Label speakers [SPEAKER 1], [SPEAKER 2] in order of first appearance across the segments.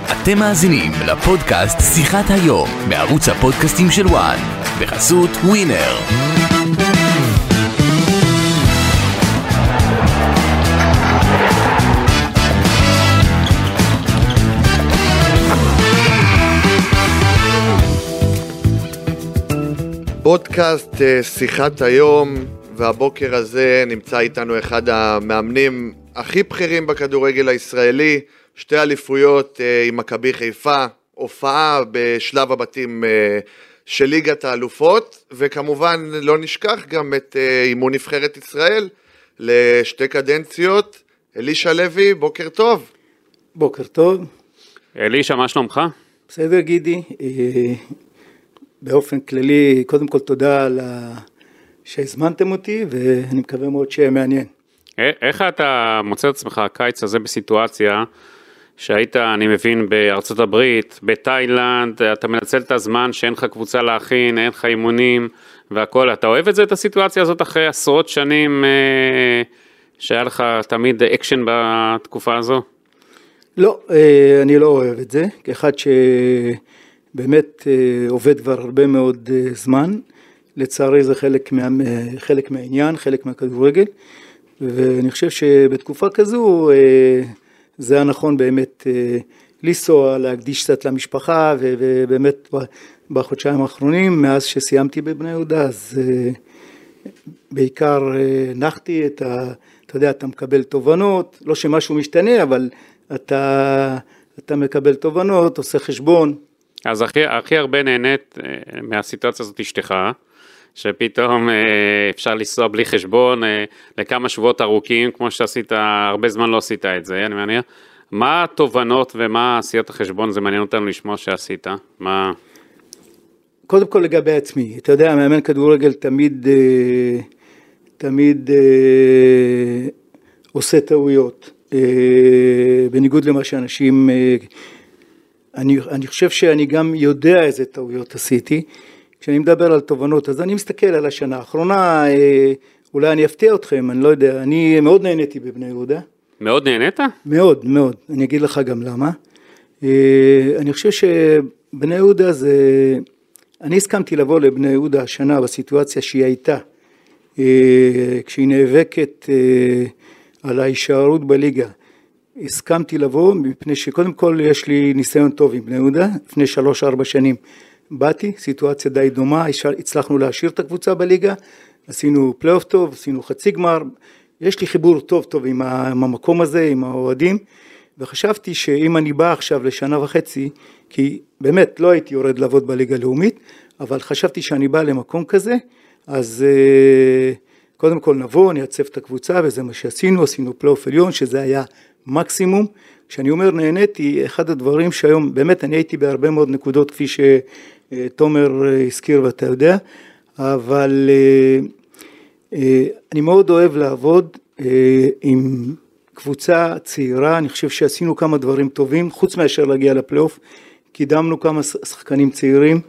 [SPEAKER 1] אתם מאזינים לפודקאסט שיחת היום בערוץ הפודקאסטים של וואן בחסות ווינר.
[SPEAKER 2] פודקאסט שיחת היום, והבוקר הזה נמצא איתנו אחד המאמנים הכי בכירים בכדורגל הישראלי, שתי אליפויות עם מכבי חיפה, הופעה בשלב הבתים של ליגת האלופות, וכמובן לא נשכח גם את אימון נבחרת ישראל לשתי קדנציות. אלישע לוי, בוקר טוב.
[SPEAKER 3] בוקר טוב.
[SPEAKER 4] אלישע, מה שלומך?
[SPEAKER 3] בסדר גידי. באופן כללי, קודם כל תודה שהזמנתם אותי, ואני מקווה מאוד שיהיה מעניין.
[SPEAKER 4] איך אתה מוצא את עצמך הקיץ הזה בסיטואציה שהיית, אני מבין, בארצות הברית, בתאילנד, אתה מנצל את הזמן שאין לך קבוצה להכין, אין לך אימונים והכל, אתה אוהב את זה, את הסיטואציה הזאת אחרי עשרות שנים שהיה לך תמיד אקשן בתקופה הזו?
[SPEAKER 3] לא, אני לא אוהב את זה, כאחד שבאמת עובד כבר הרבה מאוד זמן, לצערי זה חלק מהעניין, חלק מהכדורגל, ואני חושב שבתקופה כזו זה הנכון באמת לנסוע, להקדיש קצת למשפחה, ובאמת בחודשיים האחרונים, מאז שסיימתי בבני יהודה, אז בעיקר נחתי אתה יודע, אתה מקבל תובנות, לא שמשהו משתנה, אבל אתה מקבל תובנות, עושה חשבון.
[SPEAKER 4] אז הכי הרבה נהנית מהסיטואציה הזאת אשתך, שפתאום אפשר לנסוע בלי חשבון לכמה שבועות ארוכים, כמו שעשית, הרבה זמן לא עשית את זה, אני מניח. מה התובנות ומה עשיית החשבון, זה מעניין אותנו לשמוע שעשית? מה?
[SPEAKER 3] קודם כל לגבי עצמי, אתה יודע, מאמן כדורגל תמיד עושה טעויות, בניגוד למה שאנשים, אני חושב שאני גם יודע איזה טעויות עשיתי, כשאני מדבר על תובנות, אז אני מסתכל על השנה האחרונה, אולי אני אפתיע אתכם, אני לא יודע, אני מאוד נהניתי בבני יהודה.
[SPEAKER 4] מאוד נהנית?
[SPEAKER 3] מאוד, מאוד, אני אגיד לך גם למה. אני חושב שבני יהודה זה, אני הסכמתי לבוא לבני יהודה השנה בסיטואציה שהיא הייתה, כשהיא נאבקת על ההישארות בליגה. הסכמתי לבוא מפני שקודם כל יש לי ניסיון טוב עם בני יהודה, לפני 3-4 שנים. באתי, סיטואציה די דומה, הצלחנו להשאיר את הקבוצה בליגה, עשינו פלייאוף טוב, עשינו חצי גמר, יש לי חיבור טוב עם המקום הזה, עם האוהדים, וחשבתי שאם אני בא עכשיו לשנה וחצי, כי באמת לא הייתי יורד לעבוד בליגה הלאומית, אבל חשבתי שאני בא למקום כזה, אז קודם כל נבוא, נייצב את הקבוצה, וזה מה שעשינו, עשינו פלייאוף עליון, שזה היה מקסימום. כשאני אומר נהניתי, אחד הדברים שהיום, באמת אני הייתי בהרבה מאוד נקודות, כפי שתומר הזכיר ואתה יודע, אבל אני מאוד אוהב לעבוד עם קבוצה צעירה, אני חושב שעשינו כמה דברים טובים, חוץ מאשר להגיע לפלייאוף, קידמנו כמה שחקנים צעירים,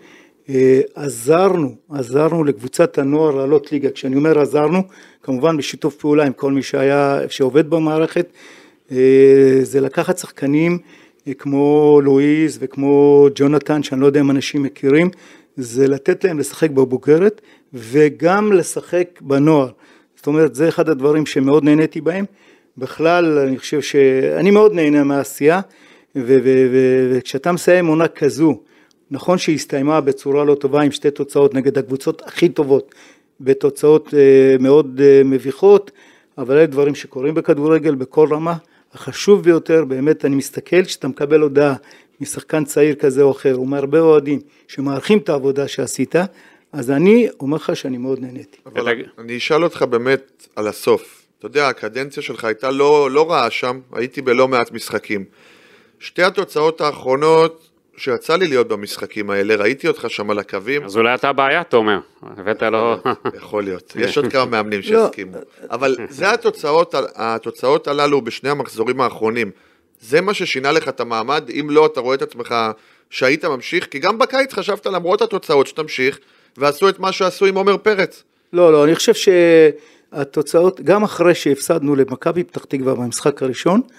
[SPEAKER 3] עזרנו לקבוצת הנוער לעלות ליגה, כשאני אומר עזרנו, כמובן בשיתוף פעולה עם כל מי שעובד במערכת, זה לקחת שחקנים כמו לואיז וכמו ג'ונתן, שאני לא יודע אם אנשים מכירים, זה לתת להם לשחק בבוגרת, וגם לשחק בנוער. זאת אומרת, זה אחד הדברים שמאוד נהניתי בהם. בכלל, אני חושב שאני מאוד נהנה מהעשייה, וכשאתה מסיים עונה כזו, נכון שהיא הסתיימה בצורה לא טובה, עם שתי תוצאות נגד הקבוצות הכי טובות, בתוצאות מאוד מביכות, אבל אלה דברים שקורים בכדורגל בכל רמה. החשוב ביותר, באמת אני מסתכל, שאתה מקבל הודעה משחקן צעיר כזה או אחר, ומהרבה אוהדים שמערכים את העבודה שעשית, אז אני אומר לך שאני מאוד נהניתי.
[SPEAKER 2] אבל אני אשאל אותך באמת על הסוף. אתה יודע, הקדנציה שלך הייתה לא רעה שם, הייתי בלא מעט משחקים. שתי התוצאות האחרונות שיצא לי להיות במשחקים האלה, ראיתי אותך שם על הקווים.
[SPEAKER 4] אז אולי אתה בעיה, תומר. הבאת לו...
[SPEAKER 2] יכול להיות. יש עוד כמה מאמנים שהסכימו. אבל זה התוצאות הללו בשני המחזורים האחרונים. זה מה ששינה לך את המעמד, אם לא אתה רואה את עצמך שהיית ממשיך, כי גם בקיץ חשבת למרות התוצאות שתמשיך, ועשו את מה שעשו עם עומר פרץ.
[SPEAKER 3] לא, אני חושב שהתוצאות, גם אחרי שהפסדנו למכבי פתח תקווה במשחק הראשון,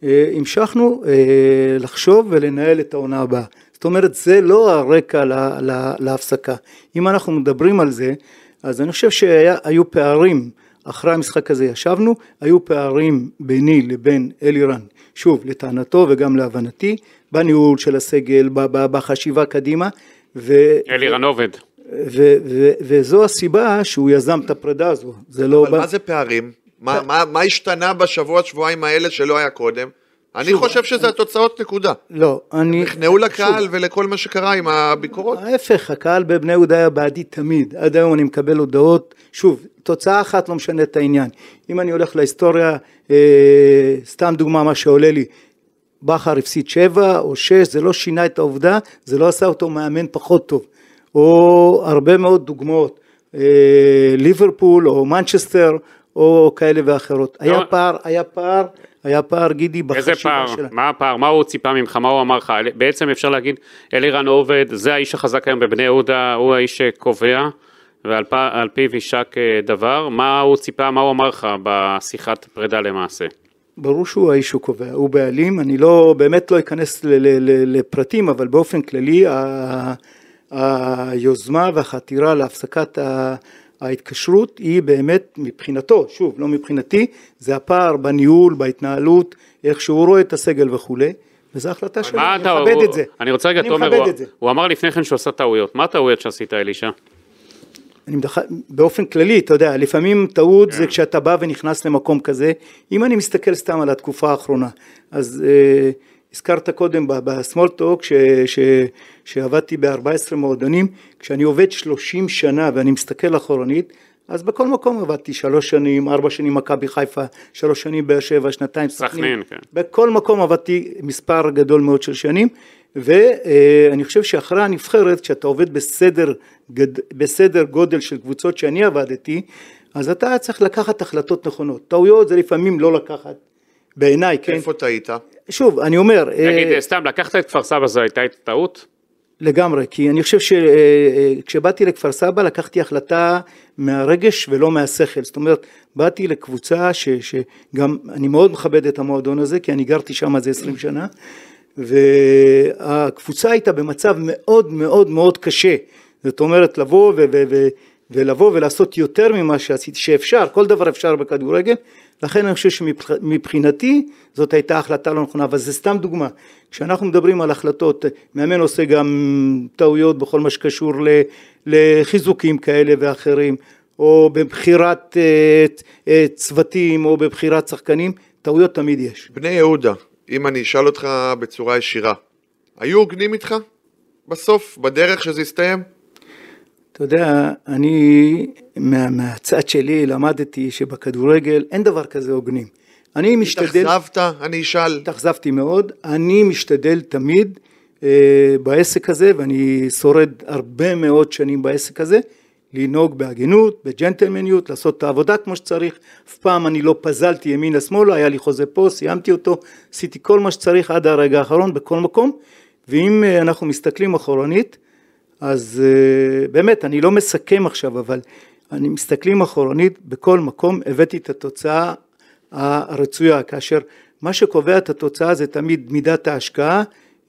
[SPEAKER 3] המשכנו לחשוב ולנהל את העונה הבאה. זאת אומרת, זה לא הרקע להפסקה. אם אנחנו מדברים על זה, אז אני חושב שהיו פערים, אחרי המשחק הזה ישבנו, היו פערים ביני לבין אלירן, שוב, לטענתו וגם להבנתי, בניהול של הסגל, בחשיבה קדימה.
[SPEAKER 4] אלירן עובד.
[SPEAKER 3] וזו הסיבה שהוא יזם את הפרידה הזו.
[SPEAKER 2] אבל מה זה פערים? מה השתנה שבועיים האלה שלא היה קודם? אני חושב שזה התוצאות נקודה.
[SPEAKER 3] לא,
[SPEAKER 2] נכנעו לקהל ולכל מה שקרה עם הביקורות.
[SPEAKER 3] ההפך, הקהל בבני יהודה היה בעדי תמיד. עד היום אני מקבל הודעות, שוב, תוצאה אחת לא משנה את העניין. אם אני הולך להיסטוריה, סתם דוגמה מה שעולה לי, בכר הפסיד 7 או 6, זה לא שינה את העובדה, זה לא עשה אותו מאמן פחות טוב. או הרבה מאוד דוגמאות, ליברפול או מנצ'סטר או כאלה ואחרות. היה פער גידי בחשיבה שלה.
[SPEAKER 4] מה הפער? מה הוא ציפה ממך? מה הוא אמר לך? בעצם אפשר להגיד, אלירן עובד, זה האיש החזק היום בבני יהודה, הוא האיש שקובע, ועל פיו יישק דבר. מה הוא ציפה, מה הוא אמר לך בשיחת פרידה למעשה?
[SPEAKER 3] ברור שהוא האיש שהוא קובע, הוא בעלים, אני באמת לא אכנס לפרטים, אבל באופן כללי, היוזמה והחתירה להפסקת ההתקשרות היא באמת מבחינתו, שוב, לא מבחינתי, זה הפער בניהול, בהתנהלות, איך שהוא רואה את הסגל וכו', וזו החלטה שלו, אני מכבד את זה.
[SPEAKER 4] אני רוצה רגע, תומר, הוא אמר לפני כן שהוא עשה טעויות, מה הטעויות שעשית אלישע?
[SPEAKER 3] באופן כללי, אתה יודע, לפעמים טעות זה כשאתה בא ונכנס למקום כזה, אם אני מסתכל סתם על התקופה האחרונה, אז הזכרת קודם בסמולטוק שעבדתי ב-14 מועדונים, כשאני עובד 30 שנה ואני מסתכל אחורנית, אז בכל מקום עבדתי 3 שנים, 4 שנים מכבי חיפה, 3 שנים באר שבע, 2 סכנין, בכל מקום עבדתי מספר גדול מאוד של שנים, ואני חושב שאחרי הנבחרת, כשאתה עובד בסדר גודל של קבוצות שאני עבדתי, אז אתה צריך לקחת החלטות נכונות. טעויות זה לפעמים לא לקחת, בעיניי, כן.
[SPEAKER 2] איפה טעית?
[SPEAKER 3] שוב, אני אומר...
[SPEAKER 4] תגיד, סתם, לקחת את כפר סבא, זו הייתה טעות?
[SPEAKER 3] לגמרי, כי אני חושב שכשבאתי לכפר סבא, לקחתי החלטה מהרגש ולא מהשכל. זאת אומרת, באתי לקבוצה שגם אני מאוד מכבד את המועדון הזה, כי אני גרתי שם זה 20 שנה, והקבוצה הייתה במצב מאוד מאוד מאוד קשה. זאת אומרת, לבוא ולעשות יותר ממה שעשיתי, שאפשר, כל דבר אפשר בכדורגל, לכן אני חושב שמבחינתי זאת הייתה החלטה לא נכונה, אבל זה סתם דוגמה. כשאנחנו מדברים על החלטות, מאמן עושה גם טעויות בכל מה שקשור לחיזוקים כאלה ואחרים, או בבחירת צוותים, או בבחירת שחקנים, טעויות תמיד יש.
[SPEAKER 2] בני יהודה, אם אני אשאל אותך בצורה ישירה, היו הוגנים איתך בסוף, בדרך שזה הסתיים?
[SPEAKER 3] אתה יודע, אני מהצד שלי למדתי שבכדורגל אין דבר כזה הוגנים. אני משתדל...
[SPEAKER 2] תחזבת, אני אשאל.
[SPEAKER 3] תחזבתי מאוד, אני משתדל תמיד בעסק הזה, ואני שורד הרבה מאוד שנים בעסק הזה, לנהוג בהגינות, בג'נטלמניות, לעשות את העבודה כמו שצריך. אף פעם אני לא פזלתי ימין לשמאל, היה לי חוזה פה, סיימתי אותו, עשיתי כל מה שצריך עד הרגע האחרון בכל מקום, ואם אנחנו מסתכלים אחורנית, אז באמת, אני לא מסכם עכשיו, אבל אני מסתכלים אחורנית, בכל מקום הבאתי את התוצאה הרצויה, כאשר מה שקובע את התוצאה זה תמיד מידת ההשקעה,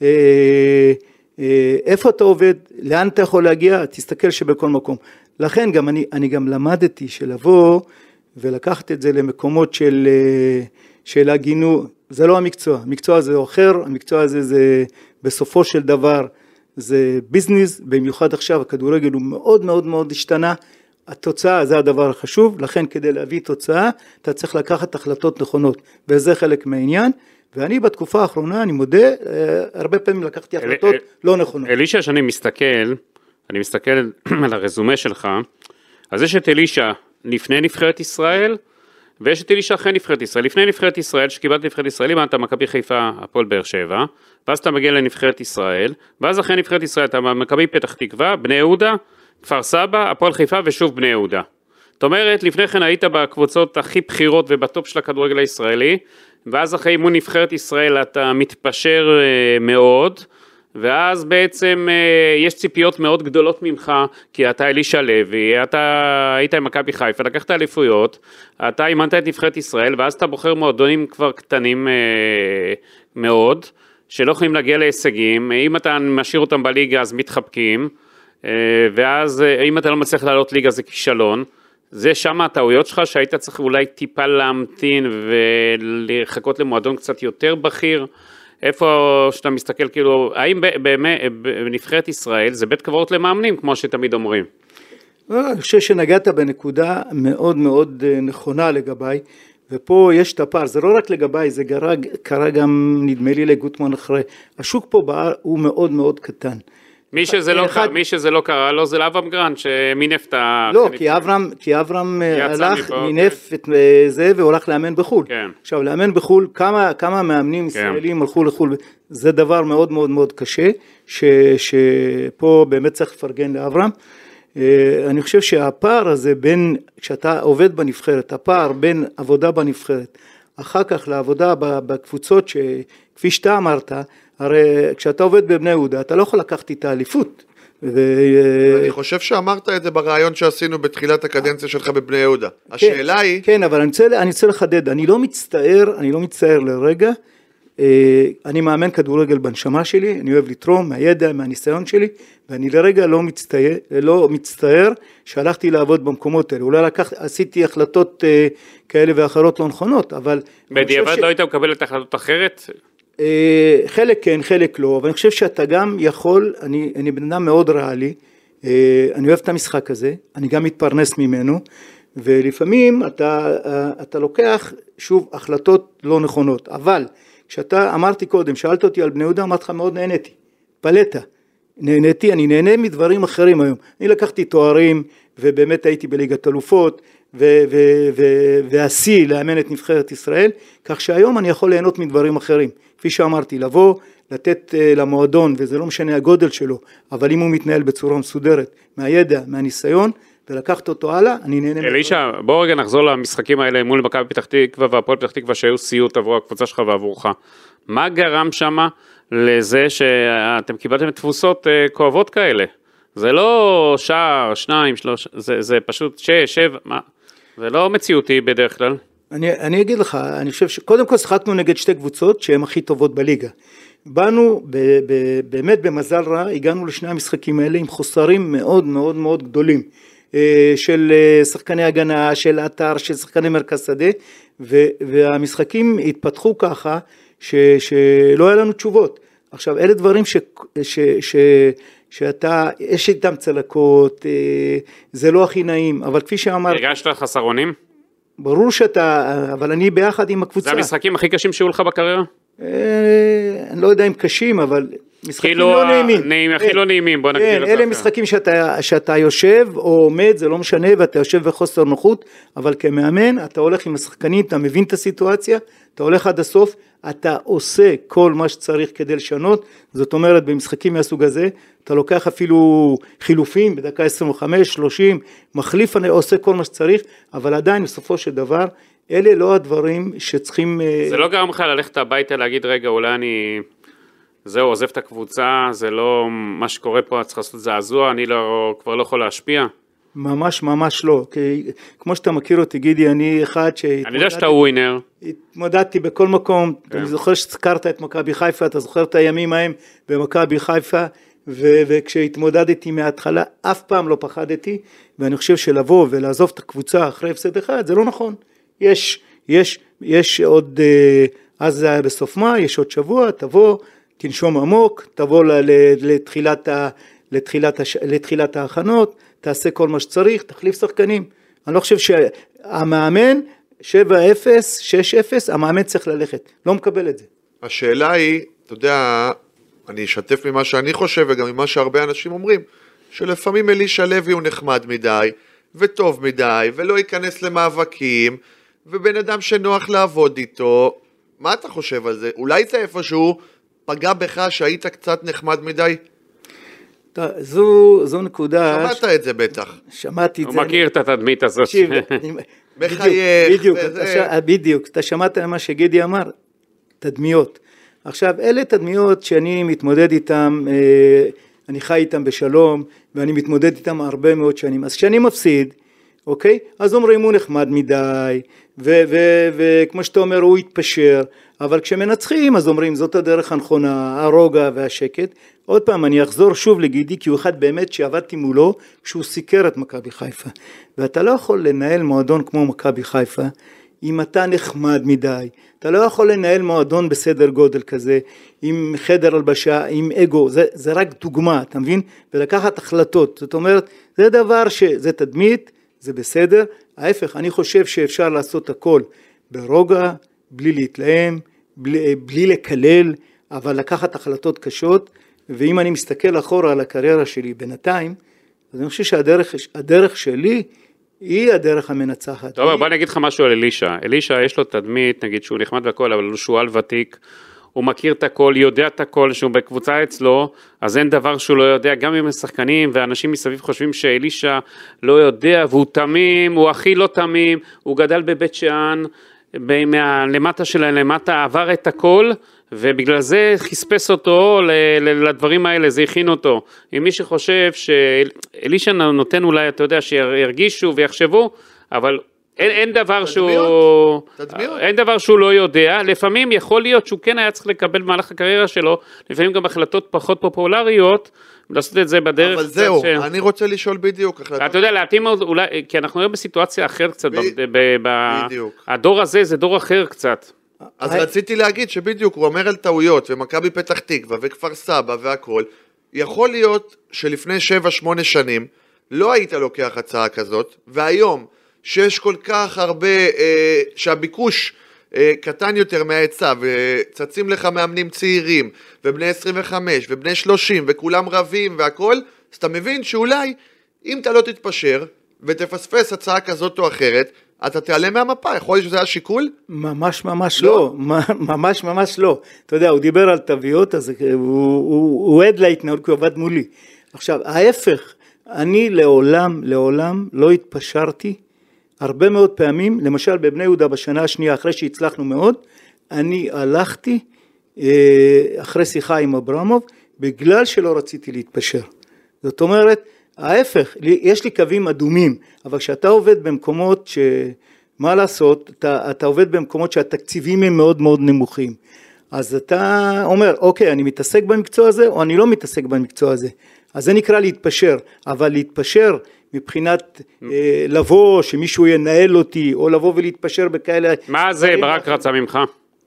[SPEAKER 3] איפה אתה עובד, לאן אתה יכול להגיע, תסתכל שבכל מקום. לכן גם אני גם למדתי שלבוא ולקחת את זה למקומות של הגינות, זה לא המקצוע, המקצוע הזה אחר, המקצוע הזה זה בסופו של דבר, זה ביזנס, במיוחד עכשיו הכדורגל הוא מאוד מאוד מאוד השתנה, התוצאה זה הדבר החשוב, לכן כדי להביא תוצאה אתה צריך לקחת החלטות נכונות, וזה חלק מהעניין, ואני בתקופה האחרונה, אני מודה, הרבה פעמים לקחתי החלטות לא נכונות.
[SPEAKER 4] אלישע, שאני מסתכל על הרזומה שלך, אז יש את אלישע לפני נבחרת ישראל, ויש את אלישע אחרי נבחרת ישראל. לפני נבחרת ישראל, שקיבלת נבחרת ישראל, אתה מכבי חיפה, הפועל באר שבע, ואז אתה מגיע לנבחרת ישראל, ואז אחרי נבחרת ישראל אתה מכבי פתח תקווה, בני יהודה, כפר סבא, הפועל חיפה ושוב בני יהודה. זאת אומרת, לפני כן היית בקבוצות הכי בחירות ובטופ של הכדורגל הישראלי, ואז אחרי אימון נבחרת ישראל אתה מתפשר מאוד, ואז בעצם יש ציפיות מאוד גדולות ממך, כי אתה אלישע לוי, אתה היית עם מכבי חיפה, לקחת אליפויות, אתה אימנת את נבחרת ישראל, ואז אתה בוחר מועדונים כבר קטנים מאוד, שלא יכולים להגיע להישגים, אם אתה משאיר אותם בליגה אז מתחבקים, ואז אם אתה לא מצליח לעלות ליגה זה כישלון, זה שם הטעויות שלך שהיית צריך אולי טיפה להמתין ולחכות למועדון קצת יותר בכיר, איפה שאתה מסתכל כאילו, האם באמת בנבחרת ישראל זה בית קברות למאמנים כמו שתמיד אומרים?
[SPEAKER 3] אני חושב שנגעת בנקודה מאוד מאוד נכונה לגביי, ופה יש את הפער, זה לא רק לגביי, זה קרה גם נדמה לי לגוטמן אחרי, השוק פה הוא מאוד מאוד קטן.
[SPEAKER 4] מי שזה לא קרה לו זה לאברהם גרנט שמינף את ה...
[SPEAKER 3] לא, כי אברהם הלך, מינף את זה והוא הלך לאמן בחול. עכשיו, לאמן בחול, כמה מאמנים ישראלים הלכו לחול, זה דבר מאוד מאוד מאוד קשה, שפה באמת צריך לפרגן לאברהם. אני חושב שהפער הזה בין, כשאתה עובד בנבחרת, הפער בין עבודה בנבחרת, אחר כך לעבודה בקבוצות שכפי שאתה אמרת, הרי כשאתה עובד בבני יהודה, אתה לא יכול לקחת את האליפות.
[SPEAKER 2] אני חושב שאמרת את זה ברעיון שעשינו בתחילת הקדנציה שלך בבני יהודה. השאלה היא...
[SPEAKER 3] כן, אבל אני רוצה לחדד, אני לא מצטער לרגע, אני מאמן כדורגל בנשמה שלי, אני אוהב לתרום מהידע, מהניסיון שלי, ואני לרגע לא מצטער שהלכתי לעבוד במקומות האלה. אולי עשיתי החלטות כאלה ואחרות לא נכונות, אבל...
[SPEAKER 4] בדיעבד לא היית מקבל את החלטות אחרת?
[SPEAKER 3] חלק כן, חלק לא, אבל אני חושב שאתה גם יכול, אני בן אדם מאוד ריאלי, אני אוהב את המשחק הזה, אני גם מתפרנס ממנו, ולפעמים אתה לוקח שוב החלטות לא נכונות, אבל כשאתה אמרתי קודם, שאלת אותי על בני יהודה, אמרתי לך מאוד נהניתי, אני נהנה מדברים אחרים היום, אני לקחתי תוארים, ובאמת הייתי בליגת אלופות, והשיא לאמן את נבחרת ישראל, כך שהיום אני יכול ליהנות מדברים אחרים, כפי שאמרתי, לבוא, לתת למועדון, וזה לא משנה הגודל שלו, אבל אם הוא מתנהל בצורה מסודרת, מהידע, מהניסיון, ולקחת אותו הלאה, אני נהנה.
[SPEAKER 4] אלישע, בוא רגע נחזור למשחקים האלה מול מכבי פתח תקווה והפועל פתח תקווה שהיו סיוט עבור הקבוצה שלך ועבורך. מה גרם שמה לזה שאתם קיבלתם תפוסות כואבות כאלה? זה לא שער, 2, 3, זה פשוט 6, 7, מה? זה לא מציאותי בדרך כלל.
[SPEAKER 3] אני אגיד לך, אני חושב שקודם כל שחקנו נגד שתי קבוצות שהן הכי טובות בליגה. באנו באמת במזל רע, הגענו לשני המשחקים האלה עם חוסרים מאוד מאוד מאוד גדולים. של שחקני הגנה, של אתר, של שחקני מרכז שדה, והמשחקים התפתחו ככה שלא היה לנו תשובות. עכשיו, אלה דברים שאתה, יש איתם צלקות, זה לא הכי נעים, אבל כפי שאמרת...
[SPEAKER 4] הרגשת חסרונים?
[SPEAKER 3] ברור שאתה, אבל אני ביחד עם הקבוצה.
[SPEAKER 4] זה המשחקים הכי קשים שהיו לך בקריירה?
[SPEAKER 3] אני לא יודע אם קשים, אבל משחקים לא נעימים.
[SPEAKER 4] הכי לא נעימים, בוא נגדיר את זה.
[SPEAKER 3] אלה משחקים שאתה יושב או עומד, זה לא משנה, ואתה יושב בחוסר נוחות, אבל כמאמן, אתה הולך עם השחקנים, אתה מבין את הסיטואציה, אתה הולך עד הסוף, אתה עושה כל מה שצריך כדי לשנות, זאת אומרת, במשחקים מהסוג הזה, אתה לוקח אפילו חילופים, בדקה 25, 30, מחליף, אני עושה כל מה שצריך, אבל עדיין, בסופו של דבר, אלה לא הדברים שצריכים...
[SPEAKER 4] זה לא גרם לך ללכת הביתה להגיד, רגע, אולי אני... זהו, עוזב את הקבוצה, זה לא מה שקורה פה, צריך לעשות זעזוע, אני כבר לא יכול להשפיע.
[SPEAKER 3] ממש ממש לא, כי כמו שאתה מכיר אותי, גידי, אני אחד
[SPEAKER 4] אני יודע שאתה ווינר.
[SPEAKER 3] התמודדתי בכל מקום, אני זוכר שזכרת את מכבי חיפה, אתה זוכר את הימים ההם במכבי חיפה, וכשהתמודדתי מההתחלה, אף פעם לא פחדתי, ואני חושב שלבוא ולעזוב את הקבוצה אחרי הפסד אחד, זה לא נכון. יש עוד, אז זה היה בסוף מה, יש עוד שבוע, תבוא, תנשום עמוק, תבוא לתחילת ההכנות, תעשה כל מה שצריך, תחליף שחקנים. אני לא חושב שהמאמן 7-0, 6-0, המאמן צריך ללכת, לא מקבל את זה.
[SPEAKER 2] השאלה היא, אתה יודע, אני אשתף ממה שאני חושב וגם ממה שהרבה אנשים אומרים, שלפעמים אלישע לוי הוא נחמד מדי וטוב מדי ולא ייכנס למאבקים, ובן אדם שנוח לעבוד איתו, מה אתה חושב על זה? אולי זה איפשהו פגע בך שהיית קצת נחמד מדי?
[SPEAKER 3] זו נקודה...
[SPEAKER 2] שמעת את זה בטח.
[SPEAKER 3] שמעתי את זה.
[SPEAKER 4] הוא מכיר את התדמית הזאת.
[SPEAKER 2] מחייך.
[SPEAKER 3] בדיוק, אתה שמעת מה שגידי אמר, תדמיות. עכשיו, אלה תדמיות שאני מתמודד איתם, אני חי איתם בשלום, ואני מתמודד איתם הרבה מאוד שנים. אז כשאני מפסיד, אוקיי? אז אומרים הוא נחמד מדי, וכמו שאתה אומר הוא יתפשר, אבל כשמנצחים אז אומרים זאת הדרך הנכונה, הרוגע והשקט. עוד פעם אני אחזור שוב לגידי, כי הוא אחד באמת שעבדתי מולו כשהוא סיקר את מכבי חיפה, ואתה לא יכול לנהל מועדון כמו מכבי חיפה אם אתה נחמד מדי, אתה לא יכול לנהל מועדון בסדר גודל כזה, עם חדר הלבשה, עם אגו, זה רק דוגמה, אתה מבין? ולקחת החלטות, זאת אומרת, זה דבר שזה תדמית, זה בסדר, ההפך, אני חושב שאפשר לעשות הכל ברוגע, בלי להתלהם, בלי לקלל, אבל לקחת החלטות קשות, ואם אני מסתכל אחורה על הקריירה שלי בינתיים, אז אני חושב שהדרך שלי היא הדרך המנצחת.
[SPEAKER 4] טוב, בוא אני אגיד לך משהו על אלישע. אלישע יש לו תדמית, נגיד שהוא נחמד והכל, אבל הוא שועל ותיק, הוא מכיר את הכל, יודע את הכל, שהוא בקבוצה אצלו, אז אין דבר שהוא לא יודע, גם אם השחקנים ואנשים מסביב חושבים שאלישע לא יודע, והוא תמים, הוא הכי לא תמים, הוא גדל בבית שאן, למטה שלהם, למטה עבר את הכל, ובגלל זה חספס אותו לדברים האלה, זה הכין אותו. אם מי שחושב שאלישע נותן אולי, אתה יודע, שירגישו ויחשבו, אבל אין דבר שהוא לא יודע, לפעמים יכול להיות שהוא כן היה צריך לקבל במהלך הקריירה שלו, לפעמים גם החלטות פחות פופולריות, לעשות את זה בדרך.
[SPEAKER 2] אבל זהו, אני רוצה לשאול בדיוק.
[SPEAKER 4] אתה יודע, להתאים אולי, כי אנחנו היום בסיטואציה אחרת קצת, הדור הזה זה דור אחר קצת.
[SPEAKER 2] אז רציתי להגיד שבדיוק הוא אומר על טעויות, ומכבי פתח תקווה וכפר סבא והכל, יכול להיות שלפני 7-8 שנים לא היית לוקח הצעה כזאת, והיום שיש כל כך הרבה, שהביקוש קטן יותר מההיצע, וצצים לך מאמנים צעירים, ובני 25 ובני 30, וכולם רבים והכל, אז אתה מבין שאולי אם אתה לא תתפשר ותפספס הצעה כזאת או אחרת, אתה תעלה מהמפה, יכול להיות שזה היה שיקול?
[SPEAKER 3] ממש לא, ממש לא. אתה יודע, הוא דיבר על תוויות, אז הוא עד להתנהלות, כי הוא עבד מולי. עכשיו, ההפך, אני לעולם לא התפשרתי, הרבה מאוד פעמים, למשל בבני יהודה בשנה השנייה, אחרי שהצלחנו מאוד, אני הלכתי אחרי שיחה עם אברמוב, בגלל שלא רציתי להתפשר. זאת אומרת, ההפך, יש לי קווים אדומים, אבל כשאתה עובד במקומות מה לעשות, אתה עובד במקומות שהתקציבים הם מאוד מאוד נמוכים, אז אתה אומר, אוקיי, אני מתעסק במקצוע הזה, או אני לא מתעסק במקצוע הזה, אז זה נקרא להתפשר, אבל להתפשר מבחינת לבוא, שמישהו ינהל אותי, או לבוא ולהתפשר בכאלה.
[SPEAKER 4] מה זה ברק רצה ממך?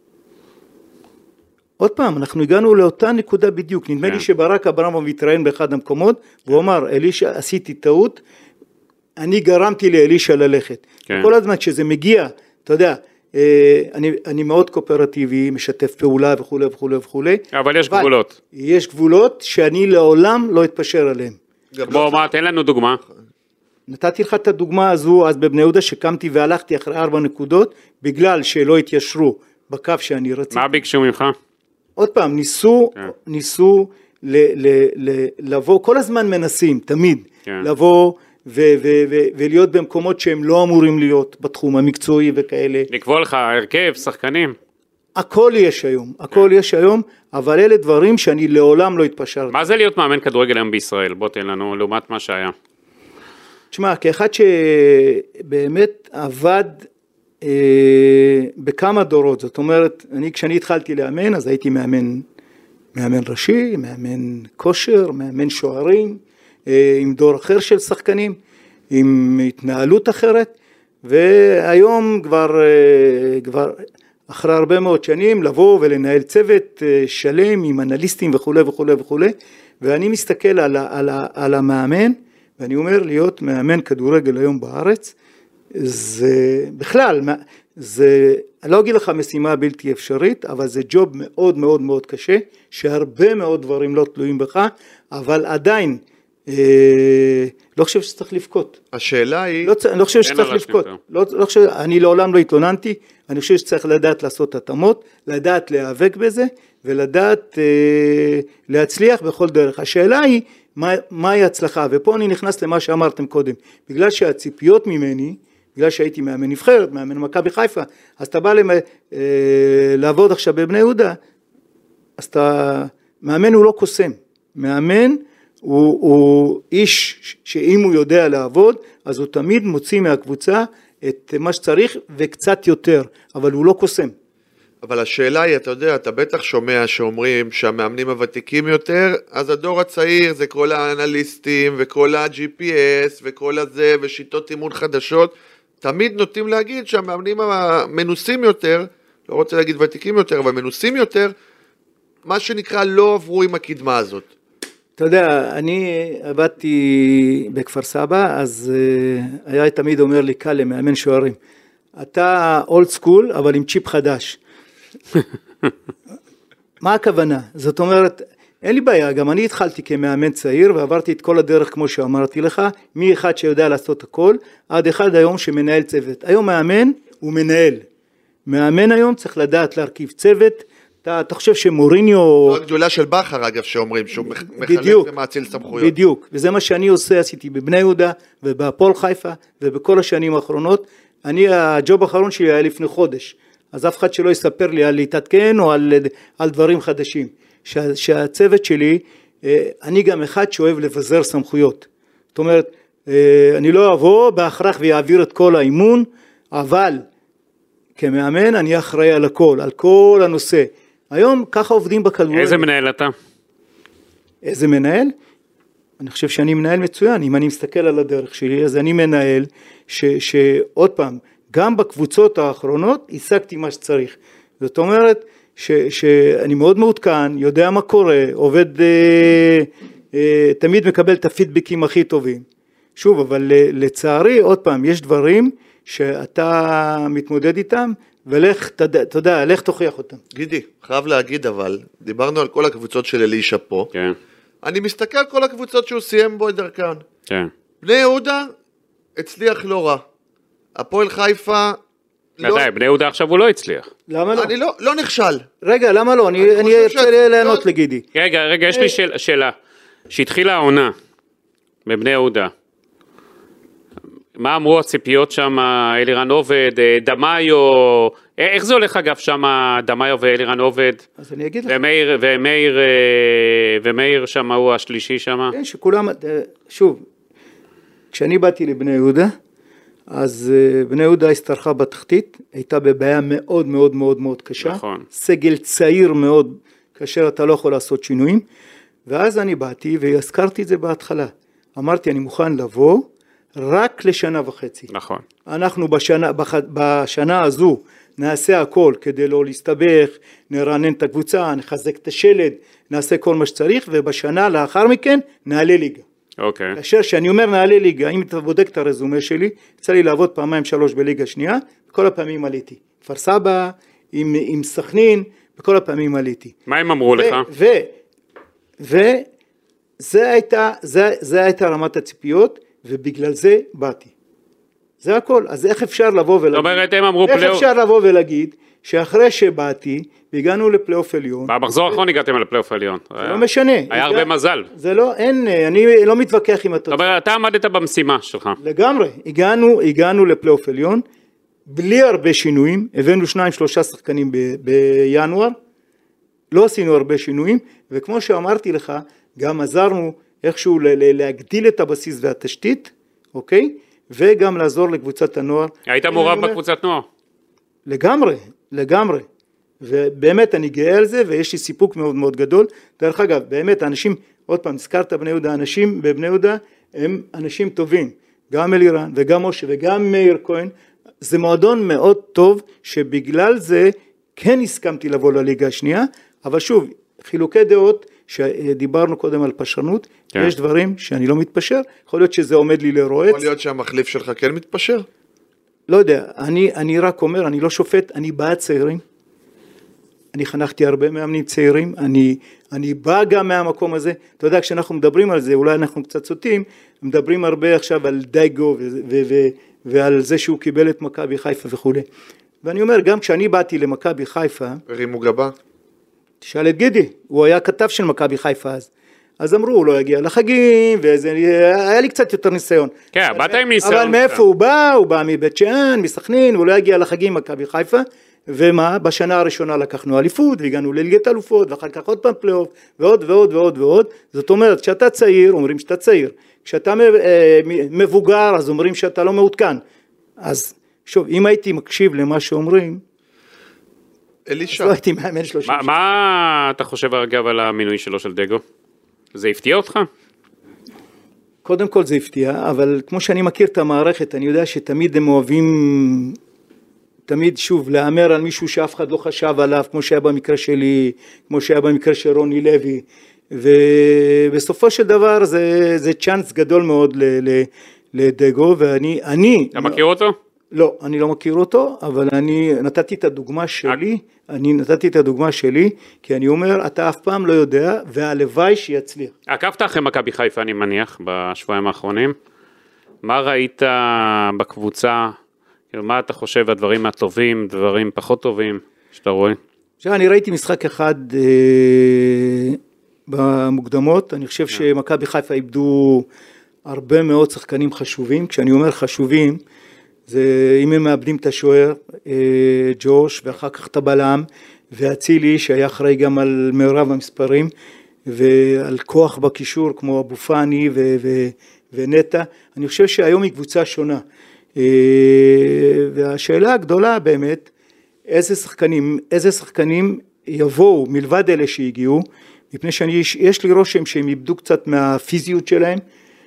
[SPEAKER 3] עוד פעם, אנחנו הגענו לאותה נקודה בדיוק, נדמה לי שברק אברמוב התראיין באחד המקומות, והוא אמר, אלישע, עשיתי טעות, אני גרמתי לאלישע ללכת. כל הזמן שזה מגיע, אתה יודע, אני מאוד קואופרטיבי, משתף פעולה וכו' וכו' וכו'.
[SPEAKER 4] אבל יש גבולות.
[SPEAKER 3] יש גבולות שאני לעולם לא אתפשר עליהם.
[SPEAKER 4] בוא, מה, תן לנו דוגמה.
[SPEAKER 3] נתתי לך את הדוגמה הזו, אז בבני יהודה שקמתי והלכתי אחרי 4 נקודות, בגלל שלא התיישרו בקו שאני רציתי.
[SPEAKER 4] מה ביקשו ממך?
[SPEAKER 3] עוד פעם, ניסו לבוא, כל הזמן מנסים, תמיד, לבוא ולהיות במקומות שהם לא אמורים להיות בתחום המקצועי וכאלה. לקבוע
[SPEAKER 4] לך הרכב, שחקנים.
[SPEAKER 3] הכל יש היום, אבל אלה דברים שאני לעולם לא התפשרתי.
[SPEAKER 4] מה זה להיות מאמן כדורגל היום בישראל? בוא תן לנו, לעומת מה שהיה.
[SPEAKER 3] תשמע, כאחד שבאמת עבד בכמה דורות, זאת אומרת, כשאני התחלתי לאמן, אז הייתי מאמן ראשי, מאמן כושר, מאמן שוערים, עם דור אחר של שחקנים, עם התנהלות אחרת, והיום כבר אחרי הרבה מאוד שנים, לבוא ולנהל צוות שלם עם אנליסטים וכו' וכו' וכו', ואני מסתכל על המאמן, ואני אומר, להיות מאמן כדורגל היום בארץ, זה בכלל, אני לא אגיד לך משימה בלתי אפשרית, אבל זה ג'וב מאוד מאוד מאוד קשה, שהרבה מאוד דברים לא תלויים בך, אבל עדיין, לא חושב שצריך לבכות.
[SPEAKER 2] השאלה היא...
[SPEAKER 3] לא חושב שצריך לבכות. אני לעולם לא התלוננתי, אני חושב שצריך לדעת לעשות התאמות, לדעת להיאבק בזה, ולדעת להצליח בכל דרך. השאלה היא, מהי הצלחה? ופה אני נכנס למה שאמרתם קודם. בגלל שהציפיות ממני, בגלל שהייתי מאמן נבחרת, מאמן מכבי חיפה, אז אתה בא לעבוד עכשיו בבני יהודה, אז מאמן הוא לא קוסם, מאמן הוא איש שאם הוא יודע לעבוד, אז הוא תמיד מוציא מהקבוצה את מה שצריך וקצת יותר, אבל הוא לא קוסם.
[SPEAKER 2] אבל השאלה היא, אתה יודע, אתה בטח שומע שאומרים שהמאמנים הוותיקים יותר, אז הדור הצעיר זה כל האנליסטים וכל ה-GPS וכל הזה ושיטות אימון חדשות, תמיד נוטים להגיד שהמאמנים המנוסים יותר, לא רוצה להגיד ותיקים יותר, אבל מנוסים יותר, מה שנקרא לא עברו עם הקדמה הזאת.
[SPEAKER 3] אתה יודע, אני עבדתי בכפר סבא, אז היה תמיד אומר לי קל למאמן שוערים, אתה אולד סקול אבל עם צ'יפ חדש. מה הכוונה? זאת אומרת, אין לי בעיה, גם אני התחלתי כמאמן צעיר ועברתי את כל הדרך כמו שאמרתי לך, מאחד שיודע לעשות הכל, עד אחד היום שמנהל צוות. היום מאמן הוא מנהל. מאמן היום צריך לדעת להרכיב צוות, אתה חושב שמוריניו...
[SPEAKER 2] הגדולה של בכר אגב שאומרים, שהוא מחלק ומאציל סמכויות.
[SPEAKER 3] בדיוק, וזה מה שאני עשיתי בבני יהודה ובהפועל חיפה ובכל השנים האחרונות, הג'וב האחרון שלי היה לפני חודש, אז אף אחד שלא יספר לי על להתעדכן או על דברים חדשים, שהצוות שלי, אני גם אחד שאוהב לבזר סמכויות, זאת אומרת, אני לא אבוא בהכרח ויעביר את כל האימון, אבל כמאמן אני אחראי על הכל, על כל הנושא, היום ככה עובדים בכדורגל.
[SPEAKER 4] איזה מנהל אתה?
[SPEAKER 3] איזה מנהל? אני חושב שאני מנהל מצוין, אם אני מסתכל על הדרך שלי, אז אני מנהל שעוד פעם, גם בקבוצות האחרונות השגתי מה שצריך. זאת אומרת שאני מאוד מעודכן, יודע מה קורה, עובד, תמיד מקבל את הפידבקים הכי טובים. שוב, אבל לצערי, עוד פעם, יש דברים שאתה מתמודד איתם, ולך, אתה יודע, לך תוכיח אותם.
[SPEAKER 2] גידי, חייב להגיד אבל, דיברנו על כל הקבוצות של אלישע פה,
[SPEAKER 4] כן.
[SPEAKER 2] אני מסתכל על כל הקבוצות שהוא סיים בו את דרכן.
[SPEAKER 4] כן.
[SPEAKER 2] בני יהודה הצליח לא רע. הפועל חיפה...
[SPEAKER 4] ודאי, בני יהודה עכשיו הוא לא הצליח.
[SPEAKER 3] למה לא?
[SPEAKER 2] אני לא נכשל.
[SPEAKER 3] רגע, למה לא? אני ארצה לענות לגידי.
[SPEAKER 4] רגע, יש לי שאלה. שהתחילה העונה בבני יהודה, מה אמרו הציפיות שם, אלירן עובד, דמאיו, איך זה הולך אגב שם, דמאיו ואלירן עובד?
[SPEAKER 3] אז אני אגיד לך.
[SPEAKER 4] ומאיר שם הוא השלישי שם?
[SPEAKER 3] כן, שכולם, שוב, כשאני באתי לבני יהודה, אז בני יהודה הסתרחה בתחתית, הייתה בבעיה מאוד מאוד מאוד מאוד קשה,
[SPEAKER 4] נכון.
[SPEAKER 3] סגל צעיר מאוד, כאשר אתה לא יכול לעשות שינויים, ואז אני באתי והזכרתי את זה בהתחלה, אמרתי אני מוכן לבוא, רק לשנה וחצי.
[SPEAKER 4] נכון.
[SPEAKER 3] אנחנו בשנה הזו נעשה הכל כדי לא להסתבך, נרענן את הקבוצה, נחזק את השלד, נעשה כל מה שצריך, ובשנה לאחר מכן נעלה ליגה.
[SPEAKER 4] אוקיי.
[SPEAKER 3] כאשר שאני אומר נעלה ליגה, אם אתה בודק את הרזומה שלי, יצא לי לעבוד פעמיים 3 בליגה שנייה, וכל הפעמים עליתי. כפר סבא, עם סכנין, וכל הפעמים עליתי.
[SPEAKER 4] מה הם אמרו לך?
[SPEAKER 3] זה הייתה רמת הציפיות, ובגלל זה באתי. זה הכל. אז איך אפשר לבוא ולהגיד?
[SPEAKER 4] זאת אומרת, הם אמרו
[SPEAKER 3] איך אפשר לבוא ולהגיד שאחרי שבאתי, והגענו לפלייאוף עליון.
[SPEAKER 4] במחזור האחרון הגעתם לפלייאוף עליון.
[SPEAKER 3] זה לא משנה.
[SPEAKER 4] היה הרבה מזל.
[SPEAKER 3] זה לא, אני לא מתווכח עם התוצאה.
[SPEAKER 4] זאת אומרת, אתה עמדת במשימה שלך.
[SPEAKER 3] לגמרי. הגענו לפלייאוף עליון, בלי הרבה שינויים, הבאנו 2-3 שחקנים בינואר, לא עשינו הרבה שינויים, וכמו שאמרתי לך, גם עזרנו איכשהו להגדיל את הבסיס והתשתית, אוקיי? וגם לעזור לקבוצת הנוער.
[SPEAKER 4] היית מעורב בקבוצת נוער?
[SPEAKER 3] לגמרי. ובאמת אני גאה על זה, ויש לי סיפוק מאוד מאוד גדול. דרך אגב, באמת האנשים, עוד פעם, נזכרת בני יהודה, אנשים בבני יהודה הם אנשים טובים. גם אלירן וגם משה וגם מאיר כהן. זה מועדון מאוד טוב, שבגלל זה כן הסכמתי לבוא לליגה השנייה, אבל שוב, חילוקי דעות, שדיברנו קודם על פשרנות, כן. יש דברים שאני לא מתפשר, יכול להיות שזה עומד לי לרועץ. יכול
[SPEAKER 2] להיות שהמחליף שלך כן מתפשר?
[SPEAKER 3] לא יודע, אני רק אומר, אני לא שופט, אני בעד צעירים, אני חנכתי הרבה מאמנים צעירים, אני בא גם מהמקום הזה, אתה יודע, כשאנחנו מדברים על זה, אולי אנחנו קצת סוטים, מדברים הרבה עכשיו על דייגו, ועל זה שהוא קיבל את מכבי חיפה וכו'. ואני אומר, גם כשאני באתי למכבי חיפה,
[SPEAKER 2] הרימו גבה.
[SPEAKER 3] תשאל את גידי, הוא היה כתב של מכבי חיפה אז אמרו, הוא לא יגיע לחגים, היה לי קצת יותר ניסיון.
[SPEAKER 4] כן, באת עם ניסיון.
[SPEAKER 3] אבל מאיפה הוא בא מבית שאן, מסכנין, הוא לא יגיע לחגים מכבי חיפה, ומה? בשנה הראשונה לקחנו אליפות, והגענו לליגת אלופות, ואחר כך עוד פעם פלייאוף, ועוד ועוד ועוד ועוד. זאת אומרת, כשאתה צעיר, אומרים שאתה צעיר. כשאתה מבוגר, אז אומרים שאתה לא מעודכן. אז שוב, אם הייתי מקשיב למה שאומרים,
[SPEAKER 2] אלישע.
[SPEAKER 3] אז לא הייתי מאמן 30 שנה.
[SPEAKER 4] מה אתה חושב אגב על המינוי שלו של דגו? זה הפתיע אותך?
[SPEAKER 3] קודם כל זה הפתיע, אבל כמו שאני מכיר את המערכת, אני יודע שתמיד הם אוהבים, תמיד שוב, לאמר על מישהו שאף אחד לא חשב עליו, כמו שהיה במקרה שלי, כמו שהיה במקרה של רוני לוי, ובסופו של דבר זה צ'אנס גדול מאוד לדגו, ואני...
[SPEAKER 4] אתה מכיר אותו?
[SPEAKER 3] לא, אני לא מכיר אותו, אבל אני נתתי את הדוגמה שלי, כי אני אומר, אתה אף פעם לא יודע, והלוואי שיצליח.
[SPEAKER 4] עקבת אחרי מכבי חיפה, אני מניח, בשבועיים האחרונים. מה ראית בקבוצה? מה אתה חושב, הדברים הטובים, דברים פחות טובים, שאתה רואה?
[SPEAKER 3] אני ראיתי משחק אחד במוקדמות, אני חושב שמכבי חיפה איבדו הרבה מאוד שחקנים חשובים, כשאני אומר חשובים, זה אם הם מאבדים את השוער, ג'וש, ואחר כך את הבלם, והצילי שהיה אחראי גם על מערב המספרים, ועל כוח בקישור כמו אבו פאני ונטה. אני חושב שהיום היא קבוצה שונה. והשאלה הגדולה באמת, איזה שחקנים יבואו מלבד אלה שהגיעו, מפני שיש לי רושם שהם איבדו קצת מהפיזיות שלהם,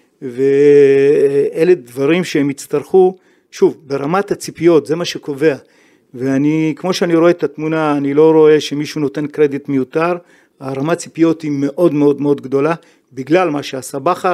[SPEAKER 3] ואלה דברים שהם יצטרכו, שוב, ברמת הציפיות, זה מה שקובע, ואני, כמו שאני רואה את התמונה, אני לא רואה שמישהו נותן קרדיט מיותר, הרמת ציפיות היא מאוד מאוד מאוד גדולה, בגלל מה שעשה בכר,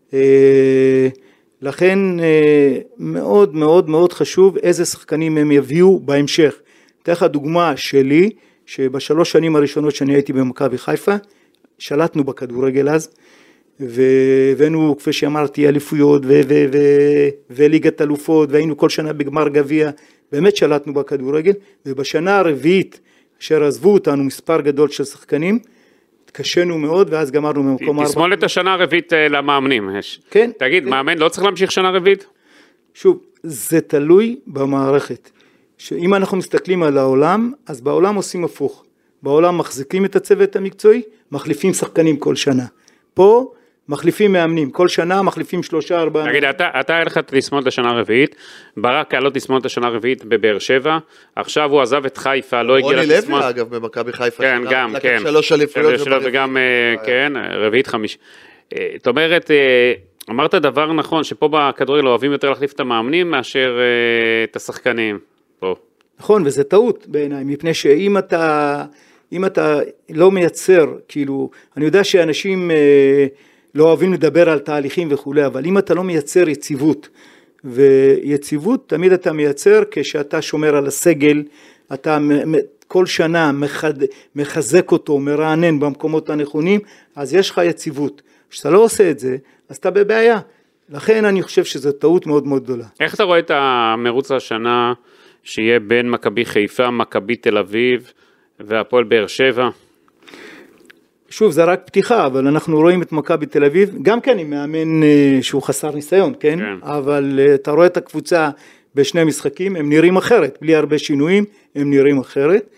[SPEAKER 3] לכן מאוד מאוד מאוד חשוב איזה שחקנים הם יביאו בהמשך. אתן לך דוגמה שלי, שבשלוש שנים הראשונות שאני הייתי במכבי חיפה, שלטנו בכדורגל אז, והבאנו, כפי שאמרתי, אליפויות וליגת אלופות, והיינו כל שנה בגמר גביע, באמת שלטנו בכדורגל, ובשנה הרביעית, אשר עזבו אותנו מספר גדול של שחקנים, התקשינו מאוד, ואז גמרנו ממקום 4.
[SPEAKER 4] תסמול את השנה הרביעית למאמנים.
[SPEAKER 3] כן.
[SPEAKER 4] תגיד, מאמן לא צריך להמשיך שנה רביעית?
[SPEAKER 3] שוב, זה תלוי במערכת. שאם אנחנו מסתכלים על העולם, אז בעולם עושים הפוך. בעולם מחזיקים את הצוות המקצועי, מחליפים שחקנים כל שנה. פה מחליפים מאמנים, כל שנה מחליפים 3-4.
[SPEAKER 4] תגיד, אתה היה לך תסמול את השנה הרביעית, ברק היה לו תסמול את השנה הרביעית בבאר שבע, עכשיו הוא עזב את חיפה, לא הגיע לתסמול.
[SPEAKER 2] רוני לוי אגב במכבי חיפה,
[SPEAKER 4] כן, גם, כן.
[SPEAKER 2] לקח 3 אליפויות.
[SPEAKER 4] וגם, כן, רביעית חמיש. זאת אומרת, אמרת דבר נכון, שפה בכדורגל אוהבים יותר להחליף את המאמנים, מאשר את השחקנים. פה.
[SPEAKER 3] נכון, וזה טעות בעיניי, מפני שאם אתה לא מייצר, כאילו, אני יודע שאנשים לא אוהבים לדבר על תהליכים וכו', אבל אם אתה לא מייצר יציבות, ויציבות תמיד אתה מייצר כשאתה שומר על הסגל, אתה כל שנה מחזק אותו, מרענן במקומות הנכונים, אז יש לך יציבות. כשאתה לא עושה את זה, אז אתה בבעיה. לכן אני חושב שזו טעות מאוד מאוד גדולה.
[SPEAKER 4] איך אתה רואה את המרוץ השנה שיהיה בין מכבי חיפה, מכבי תל אביב והפועל באר שבע?
[SPEAKER 3] שוב, זה רק פתיחה, אבל אנחנו רואים את מכבי תל אביב, גם כן עם מאמן שהוא חסר ניסיון, כן? אבל אתה רואה את הקבוצה בשני משחקים, הם נראים אחרת, בלי הרבה שינויים, הם נראים אחרת.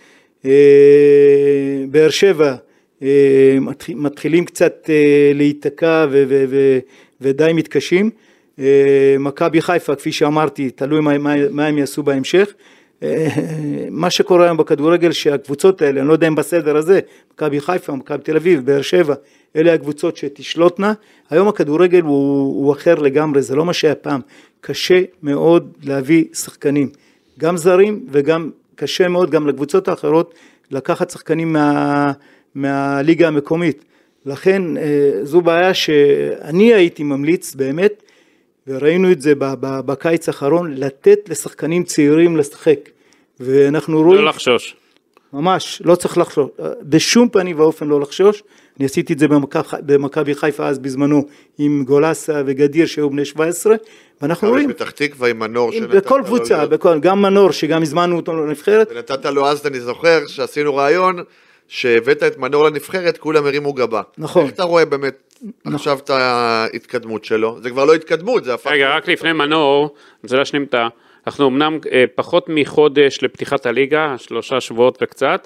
[SPEAKER 3] באר שבע מתחילים קצת להיתקע ודי מתקשים. מכבי חיפה, כפי שאמרתי, תלוי מה הם יעשו בהמשך. מה שקורה היום בכדורגל שהקבוצות האלה, אני לא יודע אם בסדר הזה, מכבי חיפה, מכבי תל אביב, באר שבע, אלה הקבוצות שתשלוטנה. היום הכדורגל הוא אחר לגמרי, זה לא מה שהיה פעם. קשה מאוד להביא שחקנים, גם זרים וגם קשה מאוד גם לקבוצות האחרות לקחת שחקנים מהליגה המקומית. לכן זו בעיה שאני הייתי ממליץ באמת, וראינו את זה בקיץ האחרון, לתת לשחקנים צעירים לשחק. ואנחנו רואים...
[SPEAKER 4] לא לחשוש.
[SPEAKER 3] ממש, לא צריך לחשוש. בשום פנים ואופן לא לחשוש. אני עשיתי את זה במכבי חיפה אז בזמנו, עם גולסה וגדיר שהיו בני 17, ואנחנו רואים...
[SPEAKER 2] פתח תקווה עם מנור שנתת
[SPEAKER 3] לו... בכל קבוצה, גם מנור שגם הזמנו אותו לנבחרת.
[SPEAKER 2] ונתת לו אז, אני זוכר, שעשינו רעיון, שהבאת את מנור לנבחרת, כולם הרימו גבה.
[SPEAKER 3] נכון.
[SPEAKER 2] איך אתה רואה באמת עכשיו את ההתקדמות שלו? זה כבר לא התקדמות, זה הפך...
[SPEAKER 4] רגע, רק לפני מנור, אני רוצה להשלים את אנחנו אמנם פחות מחודש לפתיחת הליגה, 3 שבועות וקצת.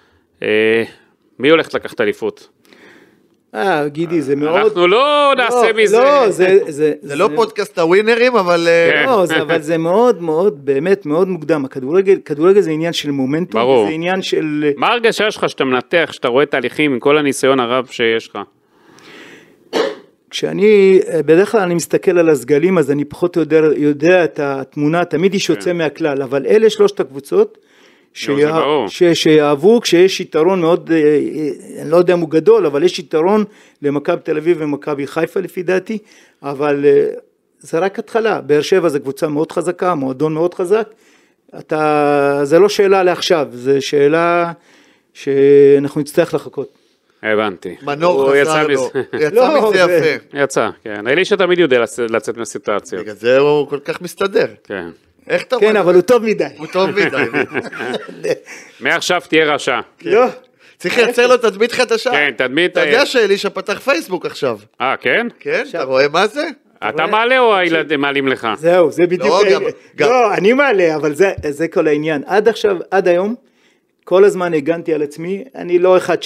[SPEAKER 4] מי הולך לקחת אליפות?
[SPEAKER 3] גידי, זה מאוד...
[SPEAKER 4] אנחנו לא נעשה מזה.
[SPEAKER 3] לא,
[SPEAKER 2] זה לא פודקאסט הווינרים, אבל...
[SPEAKER 3] לא, אבל זה מאוד מאוד, באמת מאוד מוקדם. כדורגל זה עניין של מומנטום,
[SPEAKER 4] ברור.
[SPEAKER 3] זה עניין של...
[SPEAKER 4] מה הרגשה שלך שאתה מנתח, שאתה רואה תהליכים עם כל הניסיון הרב שיש לך?
[SPEAKER 3] בדרך כלל אני מסתכל על הסגלים, אז אני פחות יודע את התמונה, תמיד יש יוצא מהכלל, אבל אלה 3 הקבוצות, שיעבו כשיש יתרון מאוד, אני לא יודע אם הוא גדול, אבל יש יתרון למכבי תל אביב ומכבי חיפה לפי דעתי, אבל זה רק התחלה. באר שבע זה קבוצה מאוד חזקה, מועדון מאוד חזק, זה לא שאלה לעכשיו, זה שאלה שאנחנו נצטרך לחכות.
[SPEAKER 4] הבנתי.
[SPEAKER 2] מנור חזר לו, יצא מזה יפה.
[SPEAKER 4] יצא, כן. אלישע תמיד יודע לצאת מהסיטואציות.
[SPEAKER 2] בגלל זה הוא כל כך מסתדר.
[SPEAKER 4] כן.
[SPEAKER 2] איך אתה
[SPEAKER 3] כן, אבל הוא טוב מדי.
[SPEAKER 2] הוא טוב מדי.
[SPEAKER 4] מעכשיו תהיה רשע.
[SPEAKER 3] לא.
[SPEAKER 2] צריך לייצר לו תדמית חדשה.
[SPEAKER 4] כן, תדמית...
[SPEAKER 2] אתה יודע שאלישע פתח פייסבוק עכשיו.
[SPEAKER 4] כן?
[SPEAKER 2] כן, אתה רואה מה זה?
[SPEAKER 4] אתה מעלה או הילדים מעלים לך?
[SPEAKER 3] זהו, זה בדיוק... לא, אני מעלה, אבל זה כל העניין. עד עכשיו, עד היום, כל הזמן הגנתי על עצמי, אני לא אחד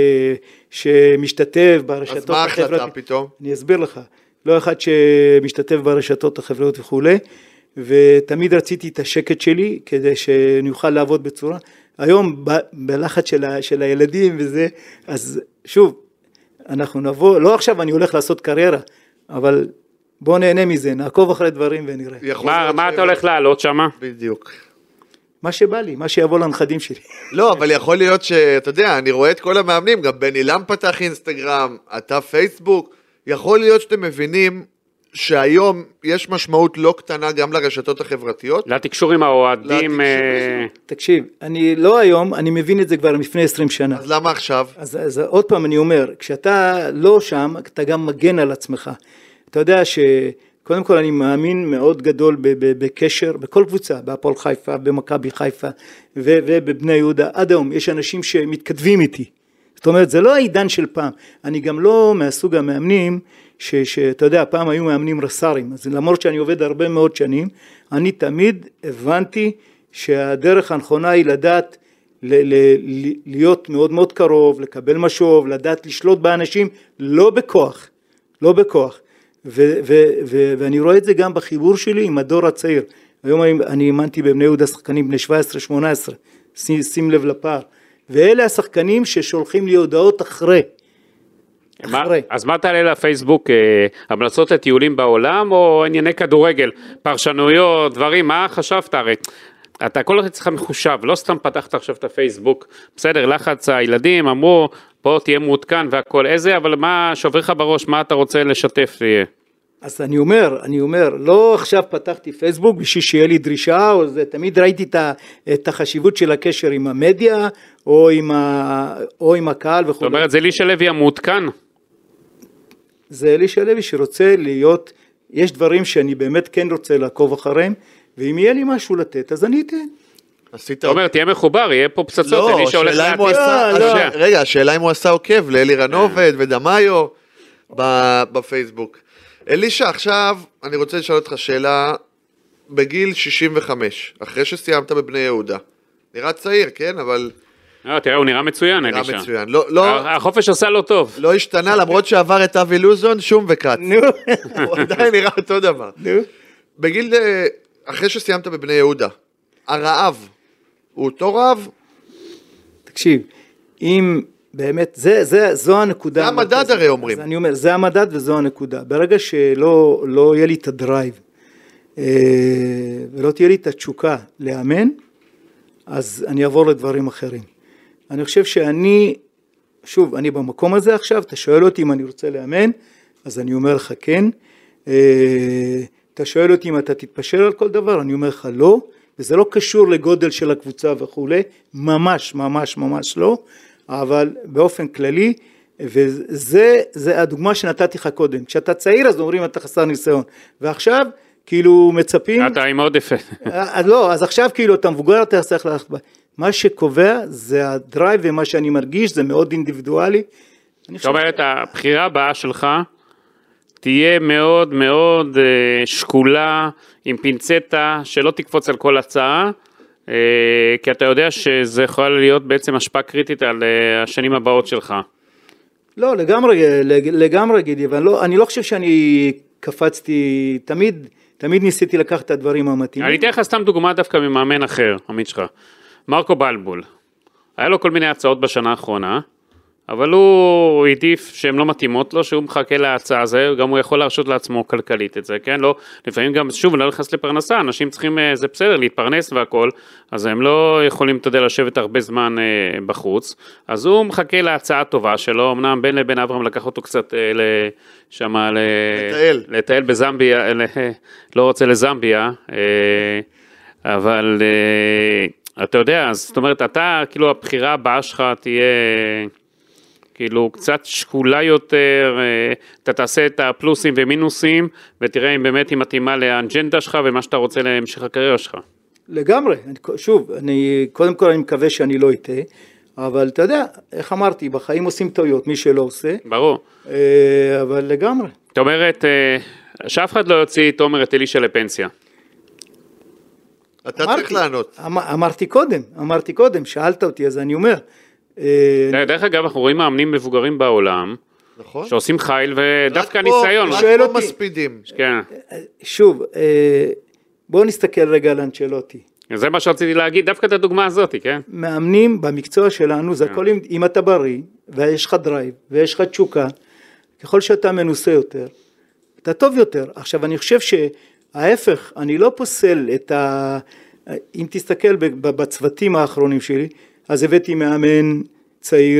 [SPEAKER 3] שמשתתף ברשתות
[SPEAKER 2] אז מה ההחלטה פתאום?
[SPEAKER 3] אני אסביר לך, לא אחד שמשתתף ברשתות החברתיות וכו', ותמיד רציתי את השקט שלי, כדי שאני אוכל לעבוד בצורה, היום בלחץ של הילדים וזה, אז שוב, אנחנו נבוא, לא עכשיו אני הולך לעשות קריירה, אבל בוא נהנה מזה, נעקוב אחרי דברים ונראה.
[SPEAKER 4] מה אתה הולך לעלות שמה?
[SPEAKER 2] בדיוק.
[SPEAKER 3] מה שבא לי, מה שיבוא לנכדים שלי.
[SPEAKER 2] לא, אבל יכול להיות שאתה יודע, אני רואה את כל המאמנים, גם בני לם פתח אינסטגרם, אתה פייסבוק, יכול להיות שאתם מבינים שהיום יש משמעות לא קטנה גם לרשתות החברתיות.
[SPEAKER 4] לתקשור עם האוהדים.
[SPEAKER 3] תקשיב, אני לא היום, אני מבין את זה כבר לפני 20 שנה.
[SPEAKER 2] אז למה עכשיו?
[SPEAKER 3] אז עוד פעם אני אומר, כשאתה לא שם, אתה גם מגן על עצמך. אתה יודע קודם כל אני מאמין מאוד גדול בקשר, בכל קבוצה, בהפועל חיפה, במכבי חיפה ובבני יהודה. עד היום יש אנשים שמתכתבים איתי. זאת אומרת, זה לא העידן של פעם. אני גם לא מהסוג המאמנים, שאתה יודע, פעם היו מאמנים רס"רים. אז למרות שאני עובד הרבה מאוד שנים, אני תמיד הבנתי שהדרך הנכונה היא לדעת להיות מאוד מאוד קרוב, לקבל משוב, לדעת לשלוט באנשים, לא בכוח, לא בכוח. ואני רואה את זה גם בחיבור שלי עם הדור הצעיר. היום אני אימנתי בבני יהודה שחקנים בני 17-18, שים לב לפער. ואלה השחקנים ששולחים לי הודעות אחרי.
[SPEAKER 4] אז מה תעלה לפייסבוק? המלצות לטיולים בעולם או ענייני כדורגל? פרשנויות, דברים, מה חשבת הרי? אתה כל כך צריך מחושב, לא סתם פתחת עכשיו את הפייסבוק, בסדר, לחץ הילדים, אמרו, פה תהיה מעודכן והכל איזה, אבל מה שובר לך בראש, מה אתה רוצה לשתף תהיה?
[SPEAKER 3] אז אני אומר, לא עכשיו פתחתי פייסבוק בשביל שיהיה לי דרישה, או זה, תמיד ראיתי את החשיבות של הקשר עם המדיה, או עם הקהל וכו'.
[SPEAKER 4] זאת אומרת, זה אלישע לוי המעודכן?
[SPEAKER 3] זה אלישע לוי שרוצה להיות, יש דברים שאני באמת כן רוצה לעקוב אחריהם, ואם יהיה לי משהו לתת, אז אני אתן.
[SPEAKER 4] זאת אומרת, תהיה מחובר, יהיה פה פצצות, אלישע הולך
[SPEAKER 2] להטיף. רגע, השאלה אם הוא עשה עוקב לאלירן עובד ודמיו בפייסבוק. אלישע, עכשיו אני רוצה לשאול אותך שאלה, בגיל 65, אחרי שסיימת בבני יהודה, נראה צעיר, כן? אבל...
[SPEAKER 4] תראה, הוא נראה מצוין, אלישע.
[SPEAKER 2] נראה מצוין.
[SPEAKER 4] החופש עשה לו טוב.
[SPEAKER 2] לא השתנה, למרות שעבר את אבי לוזון, שום וקץ. הוא עדיין נראה אותו דבר. בגיל, אחרי שסיימת בבני יהודה, הרעב, הוא אותו רעב?
[SPEAKER 3] תקשיב, אם... באמת, זו הנקודה.
[SPEAKER 2] זה המדד הרי אומרים.
[SPEAKER 3] אני אומר, זה המדד וזו הנקודה. ברגע שלא יהיה לי את הדרייב, ולא תהיה לי את התשוקה לאמן, אז אני אעבור לדברים אחרים. אני חושב שוב, אני במקום הזה עכשיו, אתה שואל אותי אם אני רוצה לאמן, אז אני אומר לך כן. אתה שואל אותי אם אתה תתפשר על כל דבר, אני אומר לך לא, וזה לא קשור לגודל של הקבוצה וכו', ממש, ממש, ממש לא. אבל באופן כללי, וזה הדוגמה שנתתי לך קודם, כשאתה צעיר אז אומרים אתה חסר ניסיון, ועכשיו כאילו מצפים,
[SPEAKER 4] אתה עם עוד יפה.
[SPEAKER 3] לא, אז עכשיו כאילו אתה מבוגר, אתה צריך ללכת, מה שקובע זה הדרייב ומה שאני מרגיש, זה מאוד אינדיבידואלי.
[SPEAKER 4] זאת אומרת, הבחירה הבאה שלך, תהיה מאוד מאוד שקולה, עם פינצטה, שלא תקפוץ על כל הצעה, כי אתה יודע שזה יכול להיות בעצם השפעה קריטית על השנים הבאות שלך.
[SPEAKER 3] לא, לגמרי גידי, אבל אני לא חושב שאני קפצתי, תמיד ניסיתי לקחת את הדברים המתאימים.
[SPEAKER 4] אני אתן לך סתם דוגמה דווקא ממאמן אחר, עמית שלך, מרקו בלבול. היה לו כל מיני הצעות בשנה האחרונה, אבל הוא העדיף שהן לא מתאימות לו, שהוא מחכה להצעה הזה, גם הוא יכול להרשות לעצמו כלכלית את זה, כן? לא, לפעמים גם, שוב, לא נכנס לפרנסה, אנשים צריכים, זה בסדר, להתפרנס והכל, אז הם לא יכולים, אתה יודע, לשבת הרבה זמן בחוץ, אז הוא מחכה להצעה טובה שלו, אמנם בין לבין אברהם לקח אותו קצת שמה, לטייל בזמביה, לא רוצה לזמביה, אבל אתה יודע, אז זאת אומרת, אתה, כאילו, הבחירה הבאה שלך תהיה כאילו קצת שקולה יותר, אתה תעשה את הפלוסים ומינוסים, ותראה אם באמת היא מתאימה לאג'נדה שלך, ומה שאתה רוצה להמשך הקריירה שלך.
[SPEAKER 3] לגמרי, שוב, קודם כל אני מקווה שאני לא אטעה, אבל אתה יודע, איך אמרתי, בחיים עושים טעויות, מי שלא עושה.
[SPEAKER 4] ברור.
[SPEAKER 3] אבל לגמרי.
[SPEAKER 4] זאת אומרת, שאף אחד לא יוציא, תומר, את אלישע לפנסיה.
[SPEAKER 2] אתה צריך לענות.
[SPEAKER 3] אמרתי קודם, שאלת אותי, אז אני אומר.
[SPEAKER 4] דרך אגב, אנחנו רואים מאמנים מבוגרים בעולם,
[SPEAKER 2] נכון.
[SPEAKER 4] שעושים חייל ודווקא ניסיון.
[SPEAKER 2] רק פה מספידים.
[SPEAKER 4] כן.
[SPEAKER 3] שוב, בואו נסתכל רגע על אנצ'לוטי.
[SPEAKER 4] זה מה שרציתי להגיד, דווקא את הדוגמה הזאת, כן?
[SPEAKER 3] מאמנים במקצוע שלנו, זה הכל אם אתה בריא, ויש לך דרייב, ויש לך תשוקה, ככל שאתה מנוסה יותר, אתה טוב יותר. עכשיו, אני חושב שההפך, אני לא פוסל את אם תסתכל בצוותים האחרונים שלי, אז הבאתי מאמן צעיר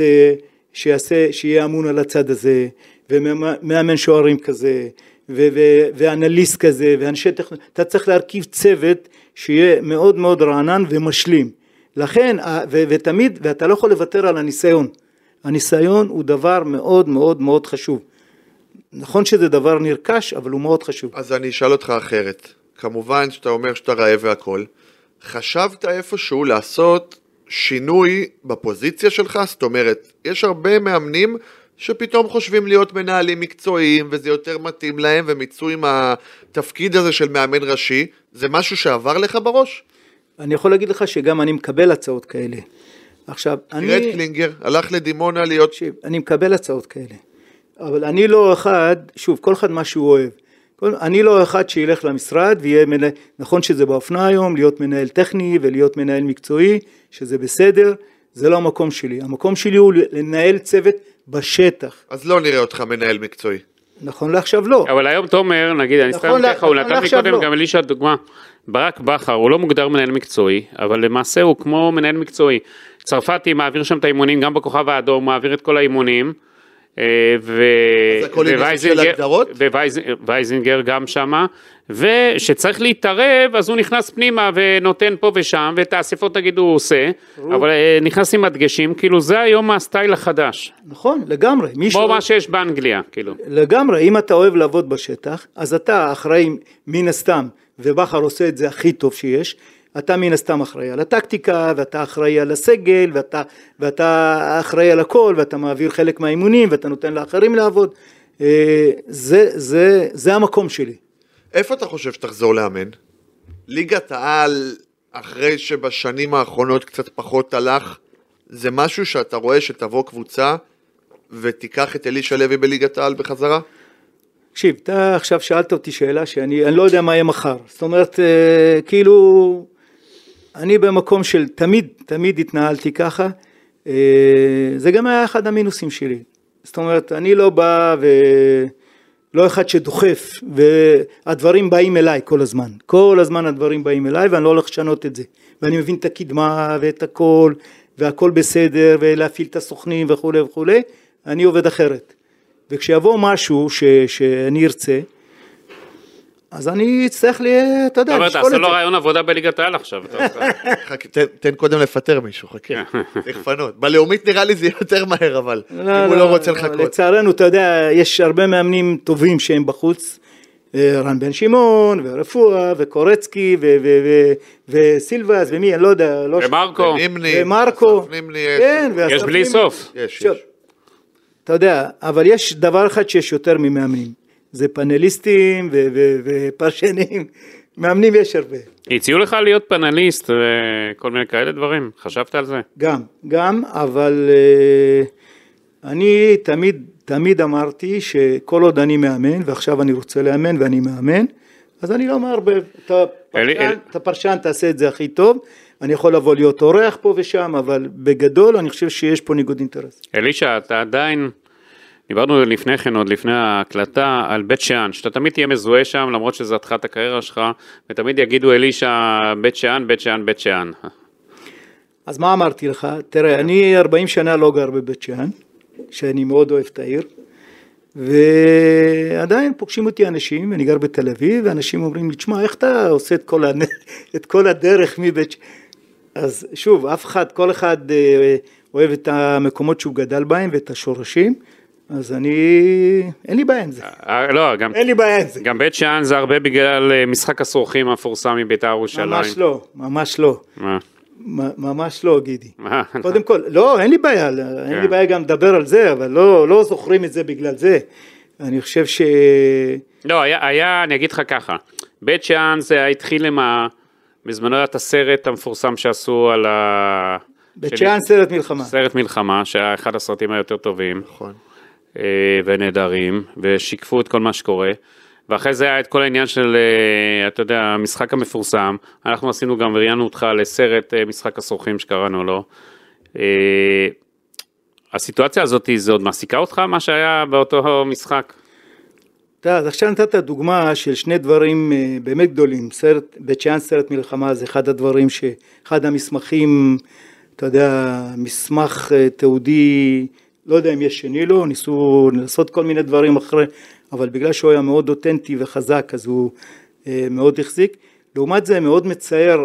[SPEAKER 3] שיהיה אמון על הצד הזה, ומאמן שוערים כזה, ואנליסט כזה, ואנשי טכנולוגיה, אתה צריך להרכיב צוות שיהיה מאוד מאוד רענן ומשלים. לכן, ותמיד, ואתה לא יכול לוותר על הניסיון. הניסיון הוא דבר מאוד מאוד מאוד חשוב. נכון שזה דבר נרכש, אבל הוא מאוד חשוב.
[SPEAKER 2] אז אני אשאל אותך אחרת. כמובן שאתה אומר שאתה רעב והכל. חשבת איפשהו לעשות שינוי בפוזיציה שלך? זאת אומרת, יש הרבה מאמנים שפתאום חושבים להיות מנהלים מקצועיים, וזה יותר מתאים להם, ומיצוי עם התפקיד הזה של מאמן ראשי. זה משהו שעבר לך בראש?
[SPEAKER 3] אני יכול להגיד לך שגם אני מקבל הצעות כאלה. עכשיו,
[SPEAKER 2] תראה את קלינגר, הלך לדימונה להיות...
[SPEAKER 3] אני מקבל הצעות כאלה. אבל אני לא אחד, שוב, כל אחד מה שהוא אוהב. אני לא אחד שילך למשרד ויהיה מנהל, נכון שזה באופנה היום, להיות מנהל טכני ולהיות מנהל מקצועי, שזה בסדר, זה לא המקום שלי. המקום שלי הוא לנהל צוות בשטח.
[SPEAKER 2] אז לא נראה אותך מנהל מקצועי.
[SPEAKER 3] נכון לעכשיו לא.
[SPEAKER 4] אבל היום תומר, נגיד, אני סתם ככה, הוא נתן לי קודם גם אלישע דוגמה, ברק בכר, הוא לא מוגדר מנהל מקצועי, אבל למעשה הוא כמו מנהל מקצועי. צרפתי מעביר שם את האימונים, גם בכוכב האדום, מעביר את כל האימונים, ווייזינגר גם שמה, ושצריך להתערב, אז הוא נכנס פנימה ונותן פה ושם, ואת האספות תגידו הוא עושה, אבל נכנס עם הדגשים, כאילו זה היום הסטייל החדש.
[SPEAKER 3] נכון, לגמרי.
[SPEAKER 4] כמו מה שיש באנגליה, כאילו.
[SPEAKER 3] לגמרי, אם אתה אוהב לעבוד בשטח, אז אתה אחראי מן הסתם, ובכר עושה את זה הכי טוב שיש, אתה מן הסתם אחראי על הטקטיקה, ואתה אחראי על הסגל, ואתה אחראי על הכל, ואתה מעביר חלק מהאימונים, ואתה נותן לאחרים לעבוד. זה המקום שלי.
[SPEAKER 2] איפה אתה חושב שתחזור לאמן? ליגת העל, אחרי שבשנים האחרונות קצת פחות הלך, זה משהו שאתה רואה שתבוא קבוצה, ותיקח את אלישע לוי בליגת העל בחזרה?
[SPEAKER 3] תקשיב, אתה עכשיו שאלת אותי שאלה שאני לא יודע מה יהיה מחר. זאת אומרת, כאילו, אני במקום של תמיד התנהלתי ככה, זה גם היה אחד המינוסים שלי. זאת אומרת, אני לא בא ולא אחד שדוחף, והדברים באים אליי כל הזמן. כל הזמן הדברים באים אליי, ואני לא הולך לשנות את זה. ואני מבין את הקדמה ואת הכל, והכל בסדר, ולהפעיל את הסוכנים וכו' וכו'. אני עובד אחרת. וכשיבוא משהו שאני ארצה, אז אני אצטרך אתה יודע,
[SPEAKER 4] לשקול את זה. אבל תעשה לו רעיון עבודה בליגת העל עכשיו.
[SPEAKER 2] תן קודם לפטר מישהו, חכה. תכפנות. בלאומית נראה לי זה יותר מהר, אבל אם הוא לא רוצה לחכות.
[SPEAKER 3] לצערנו, אתה יודע, יש הרבה מאמנים טובים שהם בחוץ, רן בן שמעון, ורפואה, וקורצקי, וסילבס, ומי, אני לא יודע.
[SPEAKER 4] ומרקו. יש בלי סוף.
[SPEAKER 3] אתה יודע, אבל יש דבר אחד שיש יותר ממאמנים. זה פאנליסטים ופרשנים, מאמנים יש הרבה.
[SPEAKER 4] הציעו לך להיות פאנליסט וכל מיני כאלה דברים, חשבת על זה?
[SPEAKER 3] גם, אבל אני תמיד אמרתי שכל עוד אני מאמן, ועכשיו אני רוצה לאמן ואני מאמן, אז אני לא אומר, אתה פרשן, תעשה את זה הכי טוב, אני יכול לבוא להיות אורח פה ושם, אבל בגדול אני חושב שיש פה ניגוד אינטרס.
[SPEAKER 4] אלישע, אתה עדיין, דיברנו לפני כן, עוד לפני ההקלטה, על בית שאן, שאתה תמיד תהיה מזוהה שם, למרות שזה התחלת הקריירה שלך, ותמיד יגידו אלישע, בית שאן, בית שאן, בית שאן.
[SPEAKER 3] אז מה אמרתי לך? תראה, אני 40 שנה לא גר בבית שאן, שאני מאוד אוהב את העיר, ועדיין פוגשים אותי אנשים, אני גר בתל אביב, ואנשים אומרים לי, תשמע, איך אתה עושה את כל הדרך מבית שאן? אז שוב, כל אחד אוהב את המקומות שהוא גדל בהם ואת השורשים, אז אין לי בעיה עם זה.
[SPEAKER 4] לא,
[SPEAKER 3] אין לי בעיה עם זה.
[SPEAKER 4] גם בית שאן זה הרבה בגלל משחק הסורכים המפורסם מבית"ר ירושלים.
[SPEAKER 3] ממש לא.
[SPEAKER 4] מה?
[SPEAKER 3] ממש לא, גידי. קודם כל, לא, אין לי בעיה גם לדבר על זה, אבל לא זוכרים את זה בגלל זה. אני חושב
[SPEAKER 4] לא, אני אגיד לך ככה, בית שאן זה התחיל בזמנו את הסרט המפורסם שעשו על
[SPEAKER 3] בית שאן סרט מלחמה.
[SPEAKER 4] סרט מלחמה, שהיה אחד הסרטים היותר טובים.
[SPEAKER 2] נכון.
[SPEAKER 4] ונהדרים, ושיקפו את כל מה שקורה. ואחרי זה היה את כל העניין של, אתה יודע, המשחק המפורסם, אנחנו עשינו גם וראיינו אותך לסרט משחק הסורכים שקראנו לו. הסיטואציה הזאת, זה עוד מעסיקה אותך, מה שהיה באותו משחק?
[SPEAKER 3] אז עכשיו נתת דוגמה של שני דברים באמת גדולים, בית שאן סרט מלחמה, זה אחד הדברים אחד המסמכים, אתה יודע, מסמך תעודי, לא יודע אם יש שני לו, ניסו לעשות כל מיני דברים אחרי, אבל בגלל שהוא היה מאוד אותנטי וחזק, אז הוא מאוד החזיק. לעומת זה מאוד מצער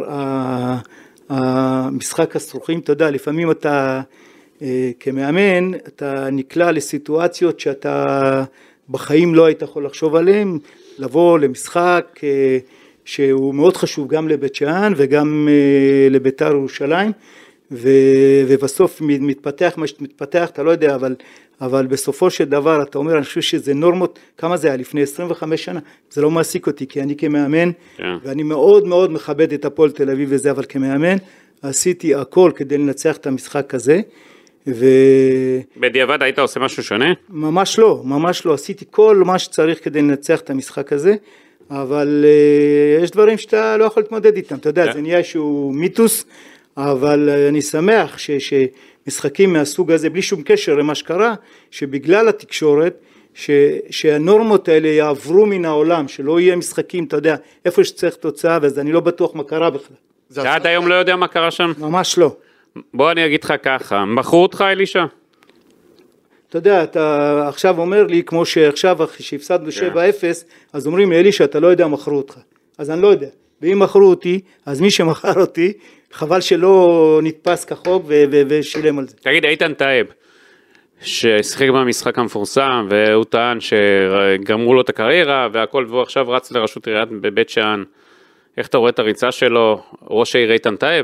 [SPEAKER 3] המשחק הסורכים, אתה יודע, לפעמים אתה כמאמן, אתה נקלע לסיטואציות שאתה בחיים לא היית יכול לחשוב עליהם, לבוא למשחק שהוא מאוד חשוב גם לבית שאן וגם לבית"ר ירושלים, ובסוף מתפתח מה שמתפתח, אתה לא יודע, אבל בסופו של דבר אתה אומר, אני חושב שזה נורמות, כמה זה היה לפני 25 שנה, זה לא מעסיק אותי, כי אני כמאמן, ואני מאוד מאוד מכבד את הפועל תל אביב וזה, אבל כמאמן עשיתי הכל כדי לנצח את המשחק הזה,
[SPEAKER 4] בדיעבד היית עושה משהו שונה?
[SPEAKER 3] ממש לא, עשיתי כל מה שצריך כדי לנצח את המשחק הזה, אבל יש דברים שאתה לא יכול להתמודד איתם, אתה יודע, זה נהיה שהוא מיתוס, אבל אני שמח שמשחקים מהסוג הזה, בלי שום קשר למה שקרה, שבגלל התקשורת, שהנורמות האלה יעברו מן העולם, שלא יהיה משחקים, אתה יודע, איפה שצריך תוצאה, אז אני לא בטוח מה קרה בכלל.
[SPEAKER 4] אתה עד היום לא יודע מה קרה שם?
[SPEAKER 3] ממש לא.
[SPEAKER 4] בוא אני אגיד לך ככה, מכרו אותך אלישע?
[SPEAKER 3] אתה יודע, אתה עכשיו אומר לי, כמו שעכשיו שהפסדנו 7-0, אז אומרים לי, אלישע, אתה לא יודע, מכרו אותך. אז אני לא יודע. ואם מכרו אותי, אז מי שמכר אותי, חבל שלא נתפס כחוק ושילם על זה.
[SPEAKER 4] תגיד, איתן טייב, ששיחק במשחק המפורסם, והוא טען שגמרו לו את הקריירה, והכל, והוא עכשיו רץ לראשות עיריית בבית שאן. איך אתה רואה את הריצה שלו, ראש העיר איתן טייב,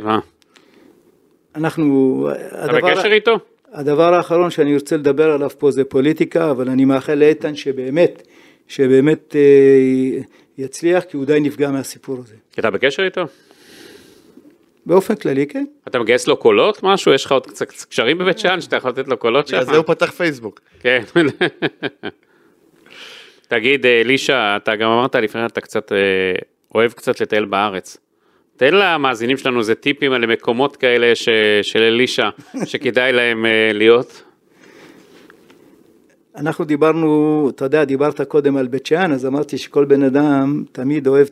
[SPEAKER 4] אתה
[SPEAKER 3] בקשר
[SPEAKER 4] איתו?
[SPEAKER 3] הדבר האחרון שאני רוצה לדבר עליו פה זה פוליטיקה, אבל אני מאחל לאיתן שבאמת יצליח, כי הוא די נפגע מהסיפור הזה.
[SPEAKER 4] אתה בקשר איתו?
[SPEAKER 3] באופן כללי, כן.
[SPEAKER 4] אתה מגייס לו קולות משהו? יש לך עוד קצת קשרים בבית שאן שאתה יכול לתת לו קולות שם?
[SPEAKER 2] אז הוא פתח פייסבוק.
[SPEAKER 4] כן. תגיד, אלישע, אתה גם אמרת לפני, אתה קצת אוהב קצת לטייל בארץ. תן למאזינים שלנו איזה טיפים על מקומות כאלה של אלישע, שכדאי להם להיות.
[SPEAKER 3] אנחנו דיברנו, אתה יודע, דיברת קודם על בית שאן, אז אמרתי שכל בן אדם תמיד אוהב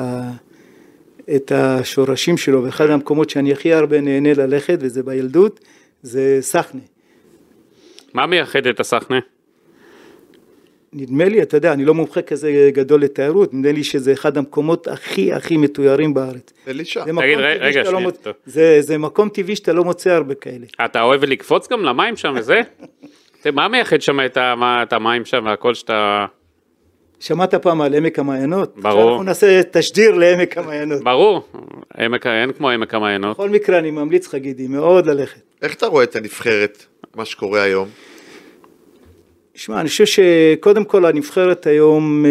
[SPEAKER 3] את השורשים שלו, ואחד המקומות שאני הכי הרבה נהנה ללכת, וזה בילדות, זה סכנה.
[SPEAKER 4] מה מייחד את הסכנה?
[SPEAKER 3] נדמה לי, אתה יודע, אני לא מומחה כזה גדול לתיירות, נדמה לי שזה אחד המקומות הכי מתוירים בארץ.
[SPEAKER 2] אלישע.
[SPEAKER 4] תגיד, רגע, שנייה.
[SPEAKER 3] זה מקום טבעי שאתה לא מוצא הרבה כאלה.
[SPEAKER 4] אתה אוהב לקפוץ גם למים שם וזה? מה מייחד שם את המים שם והכל שאתה...
[SPEAKER 3] שמעת פעם על עמק המעיינות?
[SPEAKER 4] ברור.
[SPEAKER 3] אנחנו נעשה תשדיר לעמק המעיינות.
[SPEAKER 4] ברור, אין כמו עמק המעיינות.
[SPEAKER 3] בכל מקרה אני ממליץ לך גידי, מאוד ללכת.
[SPEAKER 2] איך אתה רואה את הנבחרת, מה שקורה היום?
[SPEAKER 3] תשמע, אני חושב שקודם כל הנבחרת היום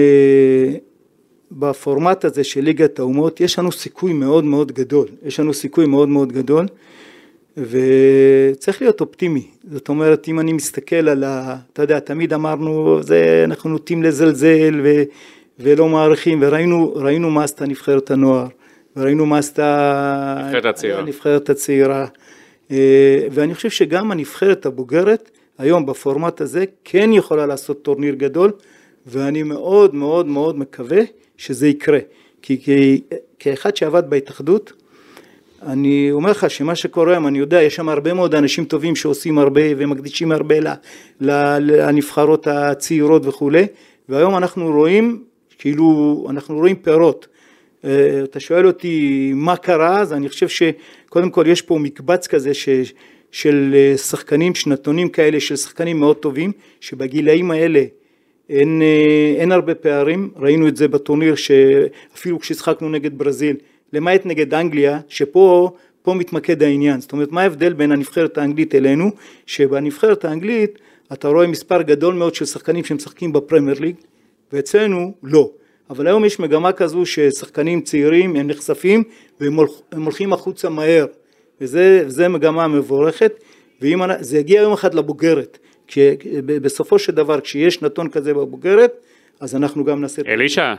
[SPEAKER 3] בפורמט הזה של ליגת האומות, יש לנו סיכוי מאוד מאוד גדול, יש לנו סיכוי מאוד מאוד גדול, וצריך להיות אופטימי. זאת אומרת, אם אני מסתכל על אתה יודע, תמיד אמרנו, אנחנו נוטים לזלזל ולא מעריכים, וראינו מה עשתה נבחרת הנוער, וראינו מה עשתה הנבחרת הצעירה, ואני חושב שגם הנבחרת הבוגרת, היום בפורמט הזה, כן יכולה לעשות טורניר גדול, ואני מאוד מאוד מאוד מקווה שזה יקרה. כי כאחד שעבד בהתאחדות, אני אומר לך שמה שקורה, אני יודע, יש שם הרבה מאוד אנשים טובים שעושים הרבה ומקדישים הרבה לנבחרות הצעירות וכו', והיום אנחנו רואים, כאילו, אנחנו רואים פירות. אתה שואל אותי מה קרה, אז אני חושב שקודם כל יש פה מקבץ כזה של שחקנים, שנתונים כאלה, של שחקנים מאוד טובים, שבגילאים האלה אין הרבה פערים. ראינו את זה בטורניר שאפילו כששחקנו נגד ברזיל, למעט נגד אנגליה, שפה מתמקד העניין. זאת אומרת, מה ההבדל בין הנבחרת האנגלית אלינו? שבנבחרת האנגלית אתה רואה מספר גדול מאוד של שחקנים שמשחקים בפרמייר ליג, ואצלנו לא. אבל היום יש מגמה כזו ששחקנים צעירים הם נחשפים והם הולכים החוצה מהר, וזה מגמה מבורכת, זה יגיע יום אחד לבוגרת, בסופו של דבר כשיש נתון כזה בבוגרת, אז אנחנו גם נעשה...
[SPEAKER 4] אלישע,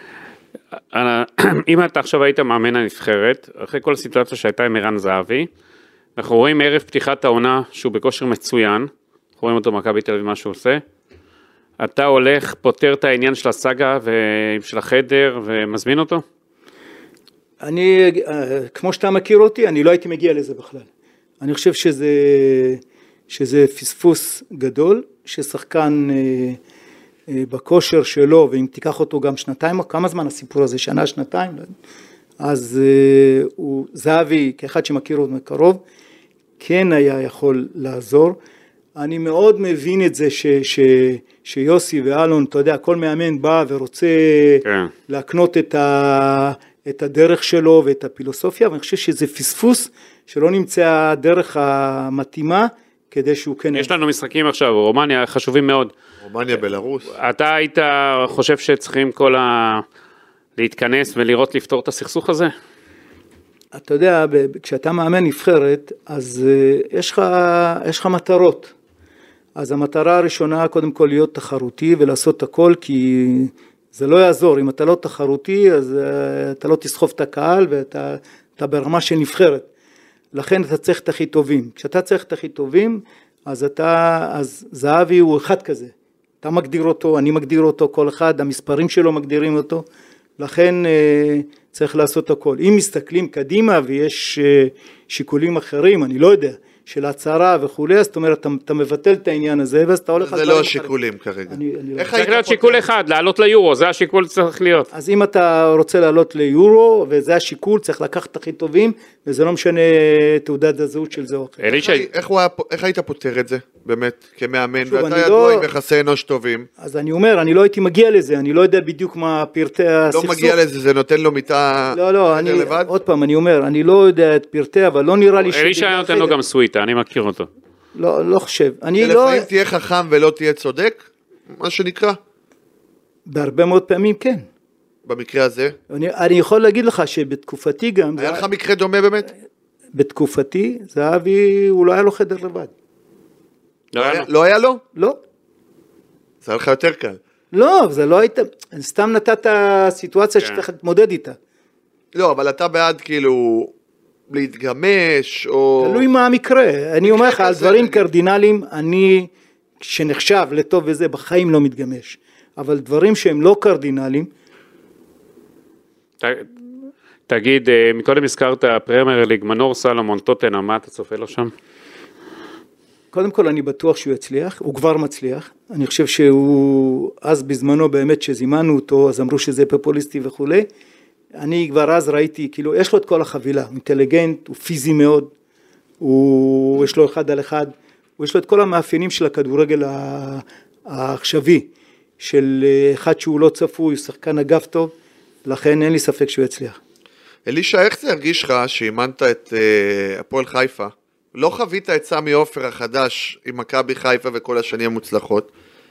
[SPEAKER 4] אם אתה עכשיו היית מאמן הנבחרת, אחרי כל הסיטואציה שהייתה עם ערן זהבי, אנחנו רואים ערב פתיחת העונה שהוא בכושר מצוין, אנחנו רואים אותו מכבי תל אביב מה שהוא עושה, אתה הולך, פותר את העניין של הסאגה ושל החדר ומזמין אותו?
[SPEAKER 3] אני, כמו שאתה מכיר אותי, אני לא הייתי מגיע לזה בכלל. אני חושב שזה פספוס גדול, ששחקן בכושר שלו, ואם תיקח אותו גם שנתיים, כמה זמן הסיפור הזה? שנה, שנתיים? אז זהבי, כאחד שמכיר אותו מקרוב, כן היה יכול לעזור. אני מאוד מבין את זה שיוסי ואלון, אתה יודע, כל מאמן בא ורוצה להקנות את הדרך שלו ואת הפילוסופיה, ואני חושב שזה פספוס שלא נמצא הדרך המתאימה כדי שהוא כן...
[SPEAKER 4] יש לנו משחקים עכשיו, רומניה חשובים מאוד.
[SPEAKER 2] רומניה, בלרוס.
[SPEAKER 4] אתה היית חושב שצריכים להתכנס ולראות לפתור את הסכסוך הזה?
[SPEAKER 3] אתה יודע, כשאתה מאמן נבחרת, אז יש לך מטרות. אז המטרה הראשונה, קודם כל להיות תחרותי ולעשות הכל, כי זה לא יעזור. אם אתה לא תחרותי, אז אתה לא תסחוף את הקהל, ואתה ברמה של נבחרת. לכן אתה צריך את הכי טובים. כשאתה צריך את הכי טובים, אז זהבי הוא אחד כזה. אתה מגדיר אותו, אני מגדיר אותו, כל אחד, המספרים שלו מגדירים אותו. לכן צריך לעשות הכל. אם מסתכלים קדימה ויש שיקולים אחרים, אני לא יודע, של הצהרה וכולי, אז זאת אומרת, אתה מבטל את העניין הזה, ואז אתה הולך...
[SPEAKER 2] זה לא השיקולים כרגע.
[SPEAKER 4] צריך להיות שיקול אחד, לעלות ליורו, זה השיקול צריך להיות.
[SPEAKER 3] אז אם אתה רוצה לעלות ליורו, וזה השיקול, צריך לקחת הכי טובים, וזה לא משנה תעודת הזהות של זה או אחר.
[SPEAKER 2] איך היית פותר את זה, באמת, כמאמן, ואתה ידוע עם יחסי אנוש טובים?
[SPEAKER 3] אז אני אומר, אני לא הייתי מגיע לזה, אני לא יודע בדיוק מה פרטי הסכסוך.
[SPEAKER 2] לא מגיע לזה, זה נותן לו מיטה לבד?
[SPEAKER 3] עוד פעם, אני אומר, אני לא יודע את פרטי, אבל לא נראה לי
[SPEAKER 4] אלישע נותן לו גם סוויטה, אני מכיר אותו.
[SPEAKER 3] לא חושב.
[SPEAKER 2] לפעמים תהיה חכם ולא תהיה צודק, מה שנקרא.
[SPEAKER 3] בהרבה מאוד פעמים כן.
[SPEAKER 2] במקרה הזה?
[SPEAKER 3] אני יכול להגיד לך שבתקופתי גם...
[SPEAKER 2] היה לך מקרה דומה באמת?
[SPEAKER 3] בתקופתי, זהבי, הוא לא היה לו חדר לבד.
[SPEAKER 2] לא היה לו?
[SPEAKER 3] לא.
[SPEAKER 2] זה היה לך יותר קל.
[SPEAKER 3] לא, זה לא היית... סתם נתת סיטואציה שצריך להתמודד איתה.
[SPEAKER 2] לא, אבל אתה בעד כאילו... להתגמש, או...
[SPEAKER 3] תלוי מה המקרה. אני אומר לך, על דברים קרדינליים, אני, שנחשב לטוב וזה, בחיים לא מתגמש. אבל דברים שהם לא קרדינליים...
[SPEAKER 4] תגיד, מקודם הזכרת פרמייר ליג, מנור סלומון, טוטנהאם, מה אתה צופה לו שם?
[SPEAKER 3] קודם כל אני בטוח שהוא יצליח, הוא כבר מצליח. אני חושב שהוא, אז בזמנו באמת שזימנו אותו, אז אמרו שזה פופוליסטי וכולי. אני כבר אז ראיתי, כאילו, יש לו את כל החבילה, הוא אינטליגנט, הוא פיזי מאוד, יש לו אחד על אחד, יש לו את כל המאפיינים של הכדורגל העכשווי, של אחד שהוא לא צפוי, שחקן אגף טוב, לכן אין לי ספק שהוא יצליח.
[SPEAKER 2] אלישע, איך זה הרגיש לך שאימנת את הפועל חיפה? לא חווית את סמי עופר החדש עם מכבי חיפה וכל השנים המוצלחות,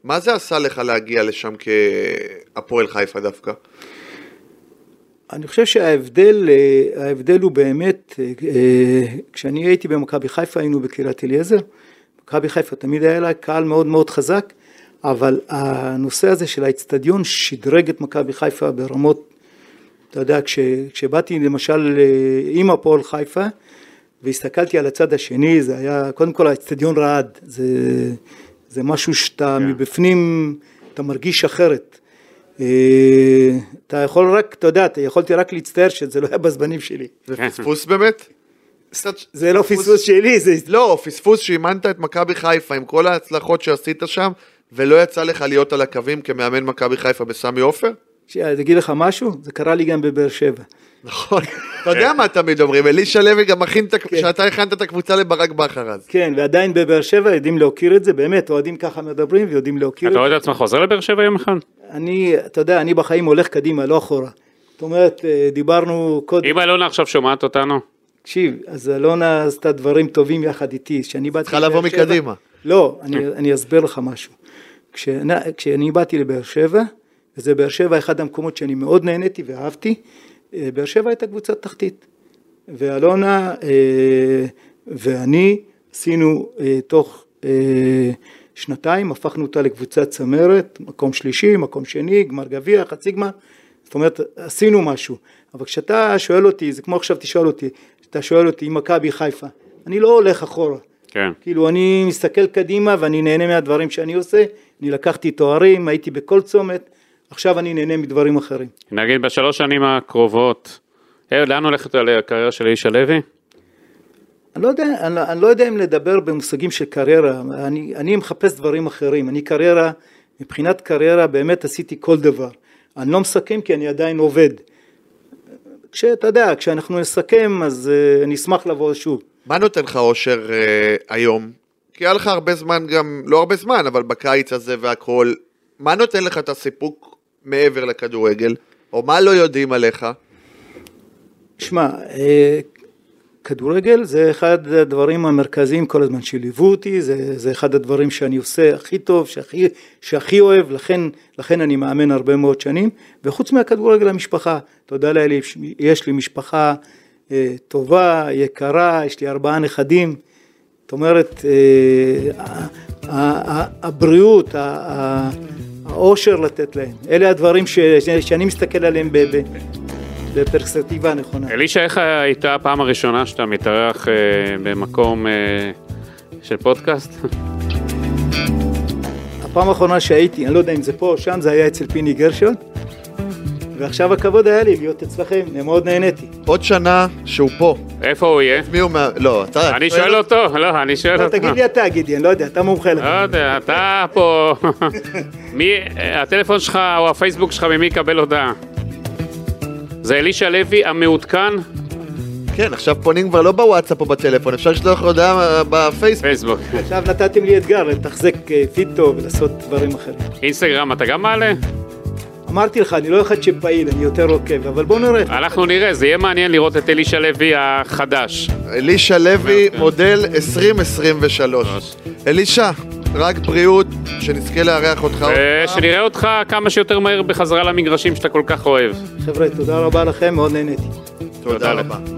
[SPEAKER 2] מה זה עשה לך להגיע לשם כהפועל חיפה דווקא?
[SPEAKER 3] אני חושב שההבדל הוא באמת, כשאני הייתי במכבי חיפה, היינו בקריית אליעזר, מכבי חיפה תמיד היה לה קהל מאוד מאוד חזק, אבל הנושא הזה של האצטדיון שדרג את מכבי חיפה ברמות, אתה יודע, כשבאתי למשל עם הפועל חיפה, והסתכלתי על הצד השני, זה היה, קודם כל האצטדיון רעד, זה משהו שאתה מבפנים, אתה מרגיש אחרת. אתה יכול רק, אתה יודע, יכולתי רק להצטער שזה לא היה בזבנים שלי.
[SPEAKER 2] זה פספוס באמת?
[SPEAKER 3] זה לא פספוס שלי, זה...
[SPEAKER 2] לא, פספוס שאימנת את מכבי חיפה עם כל ההצלחות שעשית שם, ולא יצא לך להיות על הקווים כמאמן מכבי חיפה בסמי עופר?
[SPEAKER 3] אגיד לך משהו? זה קרה לי גם בבאר שבע.
[SPEAKER 2] נכון. אתה יודע מה תמיד אומרים, אלישע לוי גם מכין שאתה הכנת את הקבוצה לברק בכר אז.
[SPEAKER 3] כן, ועדיין בבאר שבע יודעים להוקיר את זה, באמת, אוהדים ככה מדברים ויודעים להוקיר את זה.
[SPEAKER 4] אתה רואה את עצמך חוזר לבאר שבע יום אחד?
[SPEAKER 3] אתה יודע, אני בחיים הולך קדימה, לא אחורה. זאת אומרת, דיברנו קודם...
[SPEAKER 4] אם אלונה עכשיו שומעת אותנו?
[SPEAKER 3] תקשיב, אז אלונה עשתה דברים טובים יחד איתי, שאני באתי...
[SPEAKER 2] צריכה לבוא מקדימה.
[SPEAKER 3] לא, אני אסביר לך משהו. כשאני באתי לבאר שבע, וזה באר שבע אחד המקומות שאני מאוד נהניתי ואהבתי, באר שבע הייתה קבוצת תחתית. ואלונה ואני עשינו תוך שנתיים, הפכנו אותה לקבוצת צמרת, מקום שלישי, מקום שני, גמר גביע, חצי גמר, זאת אומרת, עשינו משהו. אבל כשאתה שואל אותי, זה כמו עכשיו תשאל אותי, אתה שואל אותי, מכבי חיפה, אני לא הולך אחורה.
[SPEAKER 4] כן.
[SPEAKER 3] כאילו, אני מסתכל קדימה ואני נהנה מהדברים שאני עושה, אני לקחתי תוארים, הייתי בכל צומת, עכשיו אני נהנה מדברים אחרים.
[SPEAKER 4] נגיד, בשלוש שנים הקרובות, לאן הולכת הקריירה של אלישע לוי?
[SPEAKER 3] אני לא יודע אם לדבר במושגים של קריירה, אני מחפש דברים אחרים, אני קריירה, מבחינת קריירה באמת עשיתי כל דבר, אני לא מסכם כי אני עדיין עובד, כשאתה יודע, כשאנחנו נסכם אז אני אשמח לבוא שוב.
[SPEAKER 2] מה נותן לך אושר היום? כי היה לך הרבה זמן גם, לא הרבה זמן, אבל בקיץ הזה והכל, מה נותן לך את הסיפוק מעבר לכדורגל? או מה לא יודעים עליך?
[SPEAKER 3] שמע, כדורגל זה אחד הדברים המרכזיים כל הזמן שליוו אותי, זה אחד הדברים שאני עושה הכי טוב, שהכי אוהב, לכן אני מאמן הרבה מאוד שנים, וחוץ מהכדורגל המשפחה, תודה לאלי, יש לי משפחה טובה, יקרה, יש לי 4 נכדים, זאת אומרת, הבריאות, האושר לתת להם, אלה הדברים שאני מסתכל עליהם בפרספקטיבה נכונה.
[SPEAKER 4] אלישע, איך הייתה הפעם הראשונה שאתה מתארח במקום של פודקאסט?
[SPEAKER 3] הפעם האחרונה שהייתי, אני לא יודע אם זה פה או שם, זה היה אצל פיני גרשון, ועכשיו הכבוד היה לי להיות אצלכם, מאוד נהניתי.
[SPEAKER 2] עוד שנה שהוא פה.
[SPEAKER 4] איפה הוא יהיה?
[SPEAKER 2] מי הוא לא, אתה...
[SPEAKER 4] אני שואל אותו, לא, אני שואל אותו.
[SPEAKER 3] תגיד לי אתה, גידי, אני לא יודע, אתה מומחה לך.
[SPEAKER 4] לא יודע, אתה פה... הטלפון שלך או הפייסבוק שלך, ממי יקבל הודעה? זה אלישע לוי המעודכן?
[SPEAKER 2] כן, עכשיו פונים כבר לא בוואטסאפ או בטלפון, אפשר לשלוח הודעה בפייסבוק.
[SPEAKER 3] עכשיו נתתם לי אתגר לתחזק פיד טוב ולעשות דברים אחרים.
[SPEAKER 4] אינסטגרם אתה גם מעלה?
[SPEAKER 3] אמרתי לך, אני לא אחד שפעיל, אני יותר עוקב, אבל בוא נראה.
[SPEAKER 4] אנחנו נראה, זה יהיה מעניין לראות את אלישע לוי החדש.
[SPEAKER 2] אלישע לוי, מודל 2023. אלישע, רק בריאות, שנזכה לארח אותך.
[SPEAKER 4] ושנראה אותך כמה שיותר מהר בחזרה למגרשים שאתה כל כך אוהב.
[SPEAKER 3] חבר'ה, תודה רבה לכם, מאוד נהניתי.
[SPEAKER 2] תודה רבה.